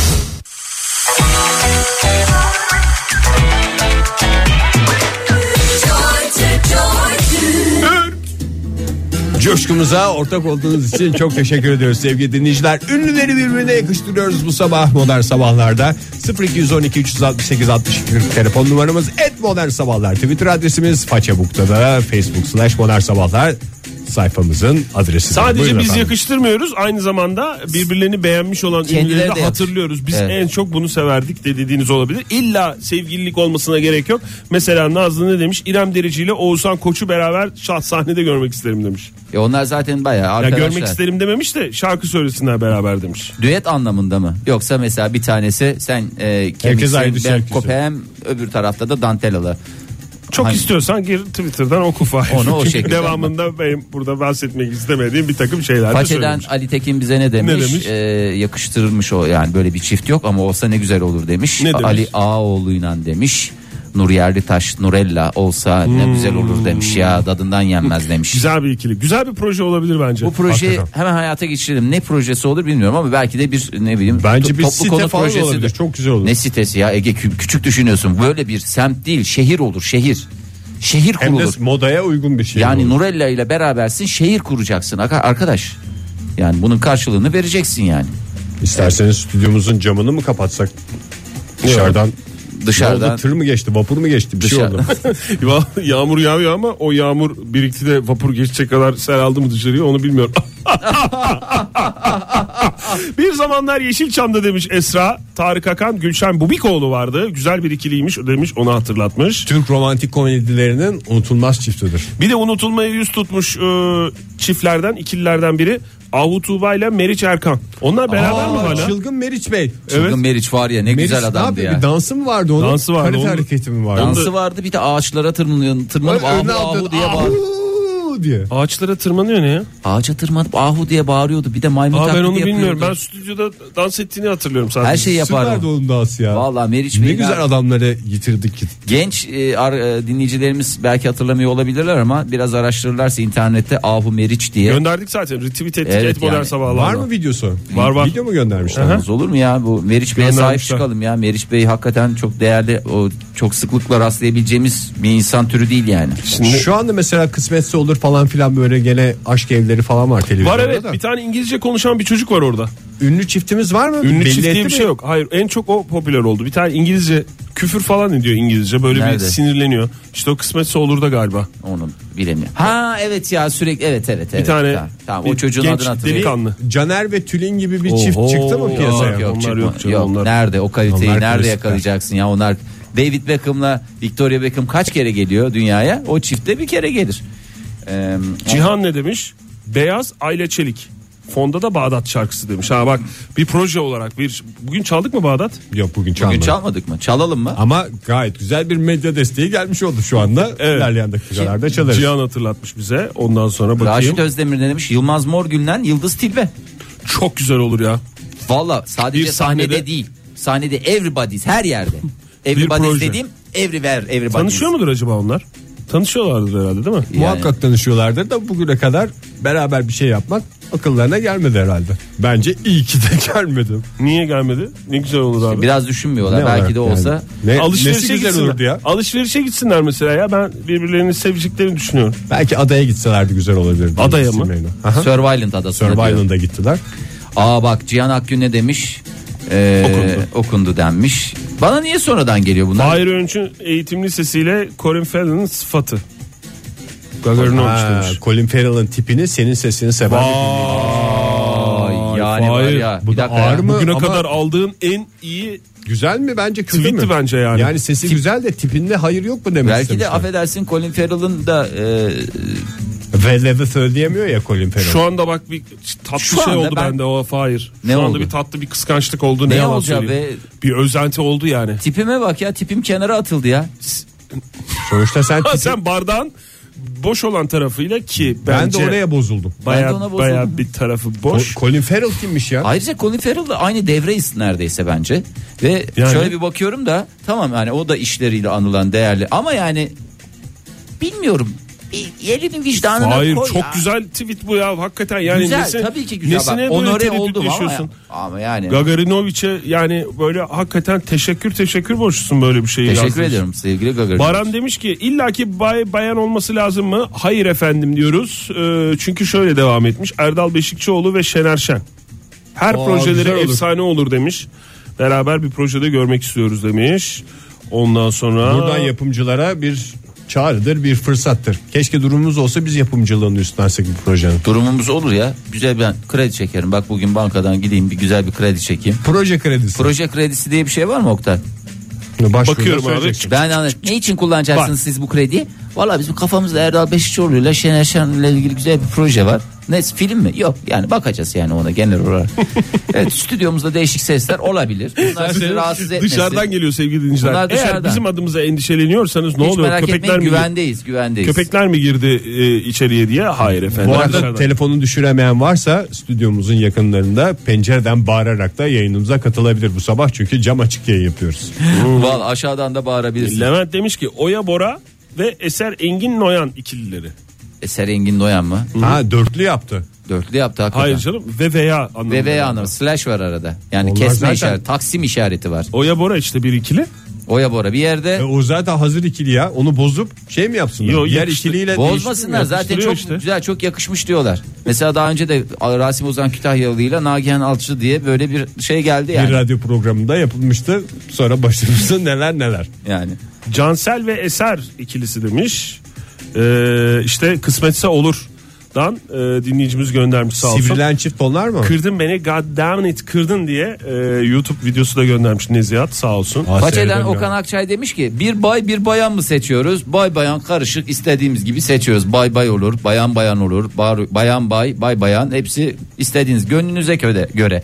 Coşkumuza ortak olduğunuz için çok teşekkür ediyoruz sevgili dinleyiciler. Ünlüleri birbirine yakıştırıyoruz bu sabah modern sabahlarda. 0212 368 62 40 telefon numaramız, @modern sabahlar Twitter adresimiz, Facebook'ta da Facebook/modern sabahlar sayfamızın adresi. Sadece Buyurun biz efendim. yakıştırmıyoruz, aynı zamanda birbirlerini beğenmiş olan Kendileri ünlüleri de de hatırlıyoruz. Biz Evet. en çok bunu severdik de dediğiniz olabilir. İlla sevgililik olmasına gerek yok. Mesela Nazlı ne demiş? İrem Derici ile Oğuzhan Koç'u beraber sahnede görmek isterim demiş. Onlar zaten bayağı Ya arkadaşlar. görmek isterim dememiş de şarkı söylesinler beraber demiş. Düet anlamında mı? Yoksa mesela bir tanesi sen Herkes kemiksin ayrı ben şarkı kopem, öbür tarafta da dantelalı. Çok Hangi- istiyorsan gir Twitter'dan oku Fahir. Onu o Çünkü şekilde devamında benim burada bahsetmek istemediğim bir takım şeyler de Façeden söylemiş. Ali Tekin bize ne demiş? Ne demiş? Yakıştırılmış o, yani böyle bir çift yok ama olsa ne güzel olur demiş. Ne demiş? Ali Ağaoğlu'yla demiş. Nur Yerlitaş, Nurella olsa ne güzel olur demiş ya, tadından yenmez demiş. Güzel bir ikili. Güzel bir proje olabilir bence. Bu projeyi Hakikaten. hemen hayata geçirelim. Ne projesi olur bilmiyorum ama belki de bir ne bileyim Bence bir toplu site konut falan projesi olabilir. de. Çok güzel olur. Ne sitesi ya Ege, küçük düşünüyorsun. Böyle bir semt değil, şehir olur, şehir. Şehir Hem de kurulur. modaya uygun bir şey. Yani olur. Nurella ile berabersin, şehir kuracaksın arkadaş. Yani bunun karşılığını vereceksin yani. İsterseniz stüdyomuzun camını mı kapatsak? Dışarıdan. Dışarıdan Yolda tır mı geçti, vapur mu geçti, bir şey oldu. Yağmur yağıyor ama o yağmur birikti de vapur geçecek kadar sel aldı mı dışarıya onu bilmiyorum. Bir zamanlar Yeşilçam'da demiş Esra. Tarık Akan, Gülşen Bubikoğlu vardı. Güzel bir ikiliymiş demiş, onu hatırlatmış. Türk romantik komedilerinin unutulmaz çiftidir. Bir de unutulmaya yüz tutmuş çiftlerden, ikililerden biri Ahu Tuğba ile Meriç Erkan. Onlar beraber mi hala? Çılgın Meriç Bey. Çılgın Meriç var ya, ne Meriç güzel ne adamdı yapıyor? ya. Bir dansı mı vardı onun? Dansı vardı, Karate onun- hareketi mi vardı? Dansı vardı, bir de ağaçlara tırmanıp Önüne ahu atlıyordu, diye bağırdı. ahu diye. Ağaçlara tırmanıyor ne ya? Ağaca tırmanıp ahu diye bağırıyordu. Bir de maymun taklidi Ben onu yapıyordu. bilmiyorum. Ben stüdyoda dans ettiğini hatırlıyorum sadece. Her şeyi yapardı. Süperdi onun dansı ya. Vallahi Meriç Ne Bey güzel adamları yitirdik. genç dinleyicilerimiz belki hatırlamıyor olabilirler ama biraz araştırırlarsa internette Ahu Meriç diye. Gönderdik zaten. Retweet ettik. Evet, Modern yani. Sabahlar'da. Var mı videosu? Var. Video mu göndermişler? Olmaz olur mu ya, bu Meriç Bey'e sahip Göndermişler. çıkalım ya. Meriç Bey hakikaten çok değerli, o çok sıklıkla rastlayabileceğimiz bir insan türü değil yani. Şu anda mesela kısmetse olur falan filan, böyle gene aşk evleri falan var televizyonda. Var evet. da. Bir tane İngilizce konuşan bir çocuk var orada. Ünlü çiftimiz var mı? Ünlü Belli çift diye etti bir mi? şey yok. Hayır, en çok o popüler oldu. Bir tane İngilizce küfür falan ediyor İngilizce. Böyle Nerede? bir sinirleniyor. İşte o kısmetse olur da galiba. Onu bilemiyorum. Ha evet ya, sürekli evet. Bir tane tamam, bir o çocuğun genç adını hatırlıyorum. delikanlı. Caner ve Tülin gibi bir Oho. çift çıktı mı piyasaya? Yok, Onlar çıkma. yok canım, Yok. onlar- Nerede o kaliteyi Onlar nerede klasikler. yakalayacaksın ya, onlar David Beckham'la Victoria Beckham kaç kere geliyor dünyaya, o çiftte bir kere gelir. Cihan ne demiş? Beyaz Ayla Çelik. Fonda da Bağdat şarkısı demiş. Ha bak, bir proje olarak bugün çaldık mı Bağdat? Yok, bugün Bugün çalmadı. çalmadık mı? Çalalım mı? Ama gayet güzel bir medya desteği gelmiş oldu şu anda. Evet. İlerleyen dakikalarda çalarız. Cihan hatırlatmış bize. Ondan sonra bakayım. Raşit Özdemir ne demiş? Yılmaz Morgül'den Yıldız Tilbe. Çok güzel olur ya. Valla sadece Bir sahnede sahnede- değil. Sahnede everybody's, her yerde. Everybody's proje. dediğim everybody's. Tanışıyor mudur acaba onlar? Tanışıyorlardır herhalde değil mi? Yani. Muhakkak tanışıyorlardır da bugüne kadar beraber bir şey yapmak akıllarına gelmedi herhalde. Bence iyi ki de gelmedi. Niye gelmedi? Ne güzel olur abi. Biraz düşünmüyorlar. Ne Belki olarak de yani? olsa. Nesi Alışverişe güzel gitsinler. olurdu ya. Alışverişe gitsinler mesela ya. Ben birbirlerini seveceklerini düşünüyorum. Belki adaya gitselerdi güzel olabilirdi. Adaya mı? Aha. Survivalent adasına diyor. Survival'da gittiler. Aa bak, Cihan Akgün ne demiş? Okundu denmiş. Bana niye sonradan geliyor bunlar? Fahir Öğünç'ün eğitim lisesiyle Colin Farrell'ın sıfatı. Gagarin demiş. Colin Farrell'ın tipini, senin sesini seven bir Ay, yani var Fahir, ya. bu Bir da dakika ağır ya. mı? Bugüne Ama- kadar aldığın en iyi güzel mi bence, kötü tweet'i mü? bence yani. Yani sesi güzel de tipinde hayır yok mu demek Belki de istemişler. affedersin, Colin Farrell'ın da Velle'de söyleyemiyor ya Colin Farrell. Şu anda bak bir tatlı Şu şey anda oldu ben- bende o Fahir. Ne Şu anda oldu? bir tatlı bir kıskançlık oldu. Ne Ne yalan olacak söyleyeyim. be? Bir özenti oldu yani. tipime bak ya, tipim kenara atıldı ya. Sonuçta sen Ha, tipi- sen bardağın boş olan tarafıyla ki ben bence de oraya bozuldum. Ben de ona baya bozuldum. baya bir tarafı boş. Colin Farrell kimmiş ya? Ayrıca Colin Farrell da aynı devreyiz neredeyse bence. Ve Yani? şöyle bir bakıyorum da tamam, yani o da işleriyle anılan değerli ama yani bilmiyorum. Bir elini vicdanına Hayır, koy çok ya. güzel tweet bu ya hakikaten yani. Güzel, tabii ki güzel. Nesine Bak, böyle onore tereddüt oldum yaşıyorsun? ama yani. Gagarinoviç'e yani böyle hakikaten teşekkür borçlusun böyle bir şeyi Teşekkür yazdığın için. ediyorum sevgili Gagarin. Baran demiş ki illaki bayan olması lazım mı? Hayır efendim diyoruz. Çünkü şöyle devam etmiş. Erdal Beşikçioğlu ve Şener Şen. Her Aa, projeleri güzel olur. efsane olur demiş. Beraber bir projede görmek istiyoruz demiş. Ondan sonra Buradan yapımcılara bir çağrıdır, bir fırsattır. Keşke durumumuz olsa biz yapımcılığını üstlensek bu projenin. Durumumuz olur ya. Güzel, ben kredi çekerim. Bak bugün bankadan gideyim, bir güzel bir kredi çekeyim. Proje kredisi. Proje kredisi diye bir şey var mı Oktay? Başvuruda Bakıyorum abi. söyleyeceksin. Ben anladım. Ne için kullanacaksınız siz bu krediyi? Valla bizim kafamızda Erdal Beşikçioğlu'yla Şener Şen'le ilgili güzel bir proje var. Ne, film mi? Yok yani bakacağız yani ona genel olarak. Evet, stüdyomuzda değişik sesler olabilir. Bunlar sizi rahatsız etmesin. Dışarıdan geliyor sevgili dinleyiciler. Bunlar Eğer dışarıdan. bizim adımıza endişeleniyorsanız ne Hiç oluyor? merak Köpekler etmeyin, mi güvendeyiz. Köpekler mi girdi içeriye diye? Hayır efendim. Bu arada Dışarıdan. telefonu düşüremeyen varsa stüdyomuzun yakınlarında pencereden bağırarak da yayınımıza katılabilir bu sabah. Çünkü cam açık yayın yapıyoruz. Vallahi aşağıdan da bağırabilirsin. Levent demiş ki Oya Bora ve Eser Engin Noyan ikilileri. Eser Engin Noyan mı? Ha, dörtlü yaptı. Dörtlü yaptı hakikaten. Hayır canım, ve veya anlamında. Ve veya anlamı. Slash var arada. Yani Onlar kesme zaten- işareti. Taksim işareti var. Oya Bora işte bir ikili. Oya Bora bir yerde. O zaten hazır ikili ya. Onu bozup şey mi yapsınlar? Yo, Diğer yakıştı. ikiliyle Bozmasınlar, zaten Yakıştırıyor çok işte. güzel, çok yakışmış diyorlar. Mesela daha önce de Rasim Ozan Kütahyalı ile Nagihan Alçı diye böyle bir şey geldi bir yani. radyo programında yapılmıştı. Sonra başımızda neler. Yani. Cansel ve Eser ikilisi demiş. İşte kısmetse olur. Dinleyicimiz göndermiş sağ olsun. Sivrilen çift onlar mı? Kırdın beni, god damn it kırdın diye YouTube videosu da göndermiş Nezihat sağ olsun. Façeden Seyrederim Okan ya. Akçay demiş ki bir bay bir bayan mı seçiyoruz? Bay bayan karışık, istediğimiz gibi seçiyoruz. Bay bay olur, bayan bayan olur, bayan bay, bay bayan, hepsi istediğiniz gönlünüze göre.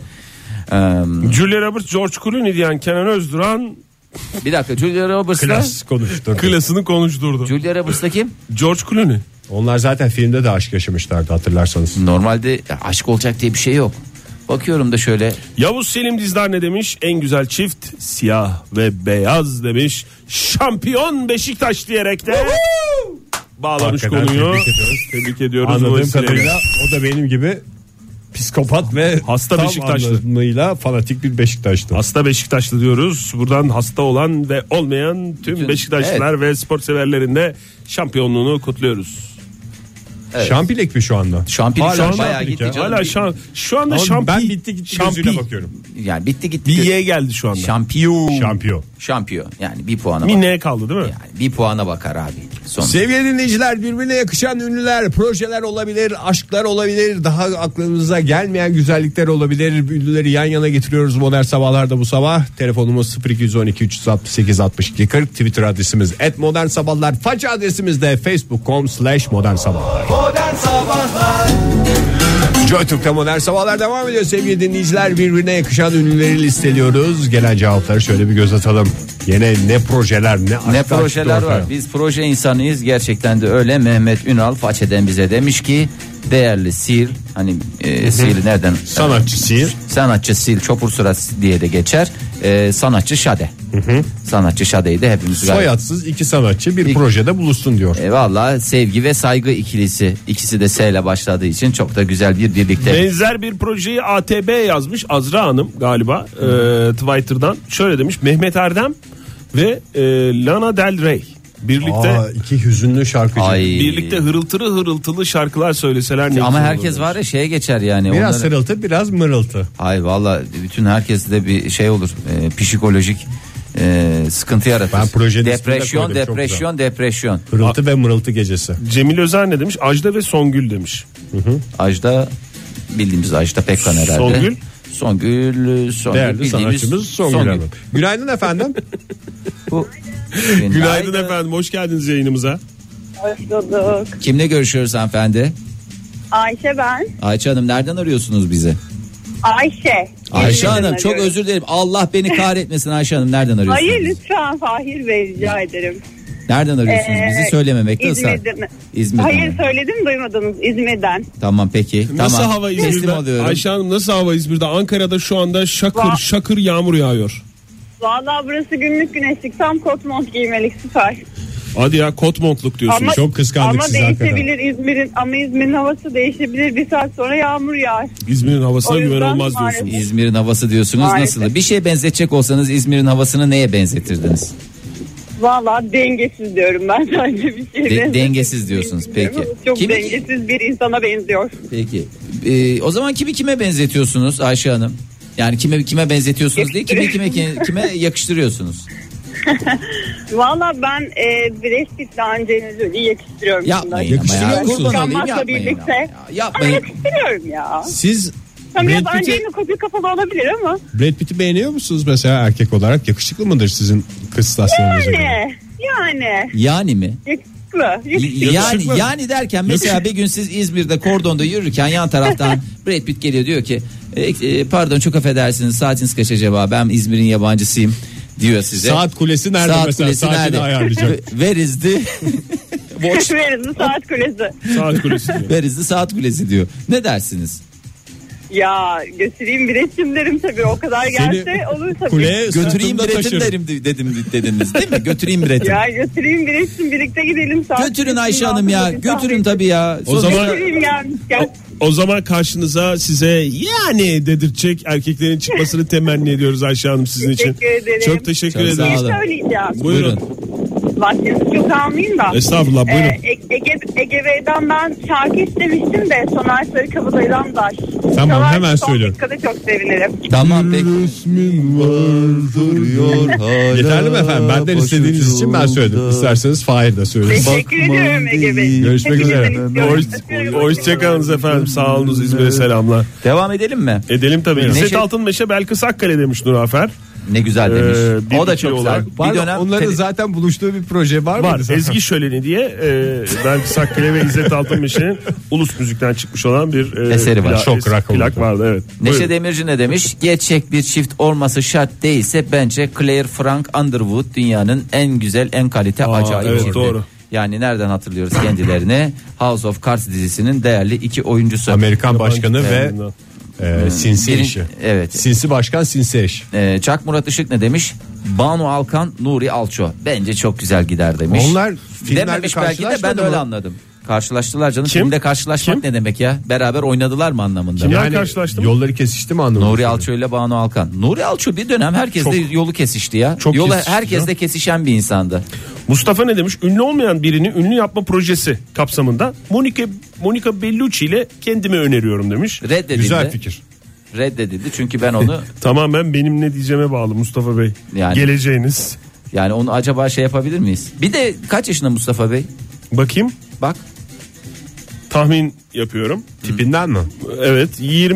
Julia Roberts, George Clooney diyen Kenan Özduran Bir dakika, Julia Roberts'ta Klas konuştu. klasını konuşturdu. Julia Roberts'ta kim? George Clooney. Onlar zaten filmde de aşk yaşamışlardı hatırlarsanız. Normalde aşk olacak diye bir şey yok. Bakıyorum da şöyle. Yavuz Selim Dizdar ne demiş? En güzel çift siyah ve beyaz demiş. Şampiyon Beşiktaş diyerek de bağlamış Hakikaten konuyu. tebrik ediyoruz. Tebrik ediyoruz. Anladığım Dolayısıyla kadarıyla o da benim gibi psikopat ve Hasta tam Beşiktaşlı. anlamıyla fanatik bir Beşiktaşlı. hasta Beşiktaşlı diyoruz. Buradan hasta olan ve olmayan tüm Bütün- Beşiktaşlılar ve spor severlerin de şampiyonluğunu kutluyoruz. Evet. Şampilik mi şu anda? Şampiyon Hala şu an bayağı şampilik gitti ya. canım. Hala şu anda Ama şampi. ben bitti gitti gözüyle bakıyorum. Yani bitti gitti. Bir Y geldi şu anda. Şampiyon. Yani bir puana Bir bak. N kaldı değil mi? Yani bir puana bakar abi. Son. Sevgili dinleyiciler, birbirine yakışan ünlüler, projeler olabilir, aşklar olabilir, daha aklınıza gelmeyen güzellikler olabilir. Ünlüleri yan yana getiriyoruz Modern Sabahlar'da bu sabah. Telefonumuz 0212 368 62 40. Twitter adresimiz @modernsabahlar. Faça adresimiz de facebook.com/modernsabahlar. Joy Türk'te Modern Sabahlar devam ediyor sevgili dinleyiciler. Birbirine yakışan ünlüleri listeliyoruz. Gelen cevapları şöyle bir göz atalım. Yine ne projeler ne aşklar Ne projeler çıktı var. ortaya. Biz proje insanıyız. Gerçekten de öyle. Mehmet Ünal Façeden bize demiş ki değerli Sil, hani Sil nereden? Sanatçı Sil. Sanatçı Sil, Çopur Surat diye de geçer. Sanatçı Şade. Sanatçı Şade'yi de hepimiz Soyadsız iki sanatçı bir projede buluşsun diyor. Valla sevgi ve saygı ikilisi. İkisi de S ile başladığı için çok da güzel bir birlikte. Benzer bir projeyi ATB yazmış Azra Hanım galiba Twitter'dan. Şöyle demiş: Mehmet Erdem ve Lana Del Rey birlikte İki hüzünlü şarkıcı. Ay. birlikte hırıltılı şarkılar söyleseler ne Ama güzel herkes olur var ya şeye geçer yani. Biraz Onları... sırıltı biraz mırıltı. Hayır valla bütün herkes de bir şey olur. Psikolojik sıkıntı yaratır. Ben projenin ismini de koydum, çok Depresyon. Hırıltı ve mırıltı gecesi. Cemil Özer ne demiş? Ajda ve Songül demiş. Ajda, bildiğimiz Ajda Pekkan herhalde. Songül? Değerli bildiğimiz sanatçımız Songül Hanım. Günaydın efendim. Bu... Günaydın efendim, hoş geldiniz yayınımıza. Hoş bulduk. Kimle görüşüyoruz hanımefendi? Ayşe ben. Ayşe Hanım, nereden arıyorsunuz bizi? Ayşe. Ayşe Nereden Hanım, çok arıyorum? özür dilerim. Allah beni kahretmesin Ayşe Hanım, nereden arıyorsunuz? Hayır bizi? lütfen Fahir Bey, rica ederim. Nereden arıyorsunuz bizi? Söylememekte ısrar. İzmir'den. Hayır söyledim, duymadınız, İzmir'den. Tamam peki. Nasıl tamam. hava Teslim İzmir'de? oluyorum. Ayşe Hanım, nasıl hava İzmir'de? Ankara'da şu anda şakır yağmur yağıyor. Vallahi burası günlük güneşlik, tam kot mont giymelik, süper. Hadi ya, kot montluk diyorsun. Çok kıskandık ama sizi hakikaten. değişebilir İzmir'in havası değişebilir, bir saat sonra yağmur yağar. İzmir'in havasına O yüzden güven olmaz maalesef. diyorsunuz. İzmir'in havası diyorsunuz, Maalesef. nasıl? Bir şey benzetecek olsanız İzmir'in havasını neye benzetirdiniz? Vallahi dengesiz diyorum ben, sadece bir şey benzetmek Dengesiz diyorsunuz, bilmiyorum. peki. Çok Kimi- dengesiz bir insana benziyor. Peki. O zaman kimi kime benzetiyorsunuz Ayşe Hanım? Yani kime benzetiyorsunuz değil, kime yakıştırıyorsunuz? Vallahi ben Brad Pitt'le Angelina Jolie'yi yakıştırıyorum. Yapmayın ama ya. Yakıştırıyor Kurban olayım, musunuz? yapmayın Birlikte. ama ya. Ama Yapmayın. yakıştırıyorum ya. Siz Tam biraz Brad Pitt'i, Angelina kopya kafalı olabilir ama. Brad Pitt'i beğeniyor musunuz mesela erkek olarak? Yakışıklı mıdır sizin kıstaslarınıza göre? Yani mi? Yakışıklı. Yani derken mesela bir gün siz İzmir'de kordonda yürürken yan taraftan Brad Pitt geliyor, diyor ki pardon çok affedersiniz, saatiniz kaç acaba, ben İzmir'in yabancısıyım diyor size. Saat kulesi nerede mesela? Saatini ayarlayacak. Where is the Verizli saat kulesi. Saat kulesi diyor. Where is the saat kulesi diyor. Ne dersiniz? Ya götüreyim bir resim derim tabii, o kadar gelse olur tabii. Kuleye Götüreyim sırtımda bir resim taşırım. dediniz değil mi? Götüreyim bir resim. Ya götüreyim bir resim, birlikte gidelim. Saat Götürün Ayşe kulesinin Hanım ya. altında bir Götürün sahne. tabii ya. O zaman Götüreyim gelmişken. o zaman karşınıza size yani dedirtecek erkeklerin çıkmasını temenni ediyoruz Ayşe Hanım sizin için. Teşekkür ederim. Çok teşekkür Çok sağ ederiz. olun. Söyleyeceğim. Buyurun. Vaktinizi çok almayayım da. Estağfurullah, buyurun. Ege Bey'den ben şarkı istemiştim de Soner Sarıkabadayı'dan da. Tamam, hemen söylüyorum. Son dakikada çok sevinirim. Tamam peki. Yeterli mi efendim? Benden istediğiniz için ben söyledim. İsterseniz Fahir de söylesin. Teşekkür ediyorum Ege Bey. Görüşmek üzere. Hoşçakalınız efendim. Sağ olunuz, İzmir'e selamlar. Devam edelim mi? Edelim tabii. Neşe- İzzet Altınmeşe Belkıs Akkale demiş Nurafer. Ne güzel demiş. Bir O da iki çok güzel. olarak. Bir dönem Onların zaten buluştuğu bir proje var mıydı? Var. zaten? Ezgi Şöleni diye Belkıs Akkale ve İzzet Altınmeşe'nin Ulus Müzik'ten çıkmış olan bir Eseri var. Çok rock plak oldu. vardı, evet. Neşe Buyurun. Demirci ne demiş? Gerçek bir çift olması şart değilse bence Claire Frank Underwood dünyanın en güzel, en kalite acayip evet, çifti. doğru. Yani nereden hatırlıyoruz kendilerini? House of Cards dizisinin değerli 2 oyuncusu. Amerikan başkanı ve sinsi eşi. Evet. Sinsi başkan, sinsi eş. Çak Murat Işık ne demiş? Banu Alkan, Nuri Alço. Bence çok güzel gider demiş. Onlar filmlerde dememiş belki de, ben karşılaşmadı öyle mı? anladım. Karşılaştılar canım. Kim? Filmde karşılaşmak Kim? ne demek ya? Beraber oynadılar mı anlamında? Kimler karşılaştı mı? Yolları kesişti mi anlamında? Nuri Alço ile Banu Alkan. Nuri Alço bir dönem herkesle yolu kesişti ya. Çok Yola kesişti herkesle kesişen bir insandı. Mustafa ne demiş? Ünlü olmayan birini ünlü yapma projesi kapsamında Monica Bellucci ile kendimi öneriyorum demiş. Reddedildi. Güzel fikir. Reddedildi çünkü ben onu Tamamen benim ne diyeceğime bağlı Mustafa Bey. Yani- Geleceğiniz. yani onu acaba şey yapabilir miyiz? Bir de kaç yaşında Mustafa Bey? Bakayım, Bak. tahmin yapıyorum. Tipinden mi? Evet,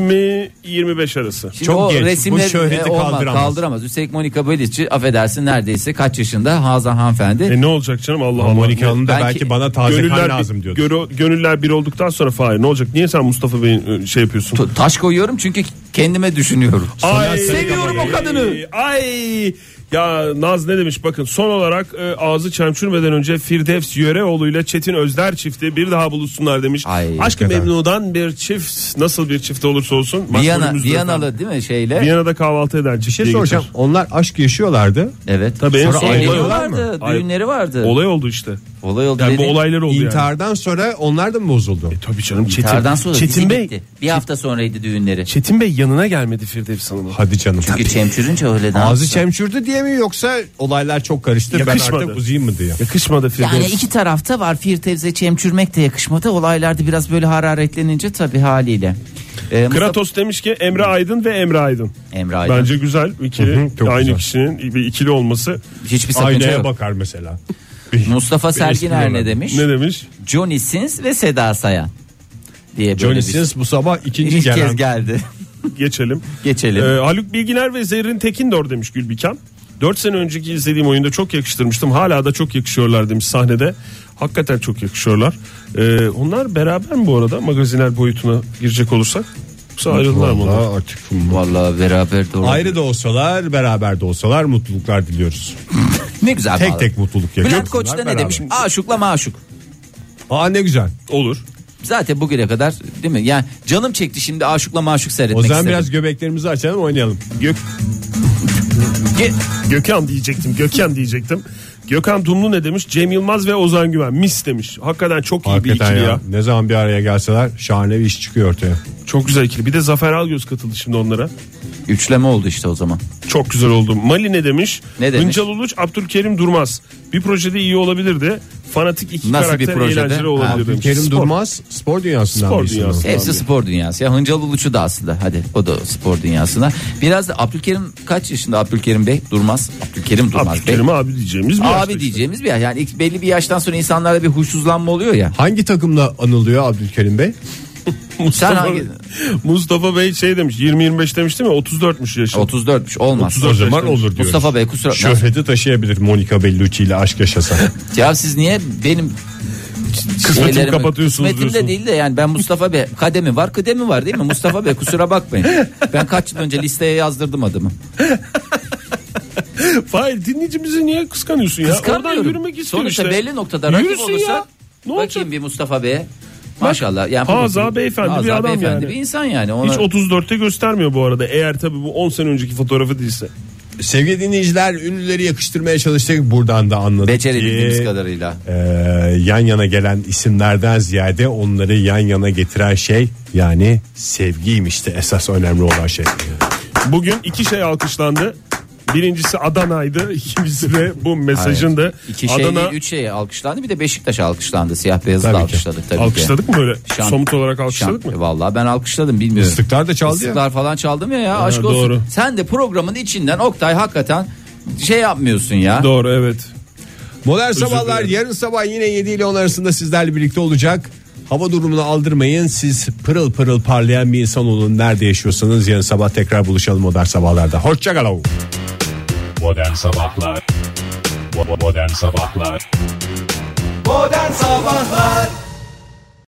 20-25 arası. Şimdi Çok o genç. resimleri Bu şöhreti kaldıramaz. Üstelik Monica Bellucci affedersin neredeyse kaç yaşında Hazan hanımefendi. Ne olacak canım, Allah Ama Allah. Monica'nın da Belki belki bana taze kan lazım diyordu. Gönüller bir olduktan sonra Fahir ne olacak? Niye sen Mustafa Bey'in şey yapıyorsun? Taş koyuyorum çünkü kendime düşünüyorum. Seviyorum o kadını. Ay ya Naz ne demiş, bakın son olarak ağzı çemçürmeden önce Firdevs Yöreoğlu ile Çetin Özder çifti bir daha buluşsunlar demiş. Ay, Aşk-ı hakikaten. Memnu'dan bir çift, nasıl bir çift olursa olsun. Viyanalı değil mi şeyle? Viyana'da kahvaltı eden çift. Bir şey soracağım. Onlar aşk yaşıyorlardı. Evet. Tabii en Sonra son ayrılıyorlar olay, Evleniyorlardı, düğünleri vardı. olay oldu işte. Olay oldu Yani bu dedi. olaylar oldu yani. İntihardan sonra onlar da mı bozuldu? Tabii canım, İntihardan sonra Çetin dizi Bey. bitti. Bir hafta sonraydı düğünleri. Çetin Bey yanına gelmedi Firdevs Hanım'ın. Hadi canım. Çünkü çemçürünce öyle ne Ağzı yapsın? çemçürdü diye mi, yoksa olaylar çok karıştı ben Yakışmadı. artık uzayayım mı diye? Yakışmadı Firdevs. Yani iki tarafta var. Firdevs'e çemçürmek de yakışmadı. Olaylarda biraz böyle hararetlenince tabii haliyle. Kratos demiş ki Emre Aydın ve Emre Aydın. Emre Aydın. Bence güzel ikili. Hı hı, çok Aynı güzel. kişinin bir ikili olması. Hiçbir sakınca Aynaya yok. bakar mesela. Mustafa Serginer espriyorlar. ne demiş? Ne demiş? Johnny Sins ve Seda Sayan diye böyle Johnny bir Sins bu sabah ikinci ilk gelen. kez geldi. Geçelim. Geçelim. Haluk Bilginer ve Zerrin Tekindor demiş Gülbiken. 4 sene önceki izlediğim oyunda çok yakıştırmıştım. Hala da çok yakışıyorlar demiş sahnede. Hakikaten çok yakışıyorlar. Onlar beraber mi bu arada magazinel boyutuna girecek olursak? Yoksa ayrıldılar mı? onlar? Vallahi artık Vallahi beraber de ayrı da olsalar, beraber de olsalar mutluluklar diliyoruz. ne güzel Tek bağlı. tek mutluluk yaşıyor. Bülent Koç da ne demiş? Aşıkla maşuk. Aa ne güzel. Olur. Zaten bugüne kadar değil mi? Yani canım çekti şimdi aşıkla maşuk seyretmek O zaman istedim. biraz göbeklerimizi açalım, oynayalım. Gökhan diyecektim. Gökhan Dumlu ne demiş? Cem Yılmaz ve Ozan Güven mis demiş. Hakikaten çok iyi bir Hakikaten ikili ya. Ne zaman bir araya gelseler şahane bir iş çıkıyor ortaya. Çok güzel ikili. Bir de Zafer Algöz katıldı şimdi onlara. Üçleme oldu işte o zaman. Çok güzel oldu. Mali ne demiş? Ne demiş? Hıncal Uluç, Abdülkerim Durmaz. Bir projede iyi olabilirdi. Fanatik iki Nasıl bir karakter projede? eğlenceli olabilir demiş. Kerim Spor. Durmaz spor dünyasından Spor bir isim dünyası. o. Hepsi spor dünyası. Ya Hıncal Uluç'u da aslında. Hadi o da spor dünyasına. Biraz da Abdülkerim kaç yaşında Abdülkerim Bey? Durmaz. Abdülkerim Durmaz Bey. Abdülkerim abi diyeceğimiz bir yaşta Abi işte. diyeceğimiz bir yani belli bir yaştan sonra insanlarda bir huysuzlanma oluyor ya. Hangi takımla anılıyor Abdülkerim Bey? Sen hangi? Mustafa Bey şey demiş 20-25 demiş değil mi? 34'müş yaşı. 34'müş olmaz. 34 O zaman yaşında. olur diyoruz. Mustafa Bey kusura Şöhreti taşıyabilir Monica Bellucci ile aşk yaşasa. Ya siz niye benim Kısmetimi şeylerimi- kapatıyorsunuz kısmetim de diyorsun. değil de yani ben Mustafa Bey kademi var kıdemi var değil mi Mustafa Bey kusura bakmayın. Ben kaç yıl önce listeye yazdırdım adımı. Hayır, dinleyicimizi niye kıskanıyorsun ya? Oradan Kıskanmıyorum. yürümek istiyor Sonuçta işte. belli noktada rakip Yürüsün olursa ya. Ne olacak? bakayım bir Mustafa Bey'e. Maşallah. Yani Haza beyefendi bir adam beyefendi yani. bir insan yani. Ona... Hiç 34'te göstermiyor bu arada. Eğer tabii bu 10 sene önceki fotoğrafı değilse. Sevgili dinleyiciler, ünlüleri yakıştırmaya çalıştık. Buradan da anladık Becerebildiğimiz ki kadarıyla. yan yana gelen isimlerden ziyade onları yan yana getiren şey yani sevgiymiş de esas önemli olan şey. Bugün iki şey alkışlandı. Birincisi Adana'ydı. İkincisi de bu mesajın da İki şey değil, üç şey alkışlandı. Bir de Beşiktaş alkışlandı. Siyah beyazı da Tabii ki. alkışladık tabii alkışladık ki. mı böyle? Şan- Somut olarak alkışladık mı? Vallahi ben alkışladım bilmiyorum. Islıklar da çaldı ya. Islıklar falan çaldım ya aşk olsun. doğru. Sen de programın içinden Oktay hakikaten şey yapmıyorsun ya. Doğru, evet. Modern Sabahlar dilerim. yarın sabah yine 7 ile 10 arasında sizlerle birlikte olacak. Hava durumunu aldırmayın. Siz pırıl pırıl parlayan bir insan olun. Nerede yaşıyorsanız yarın sabah tekrar buluşalım Modern Sabahlar'da. Hoşçakalın. Modern Sabahlar Modern Sabahlar Modern Sabahlar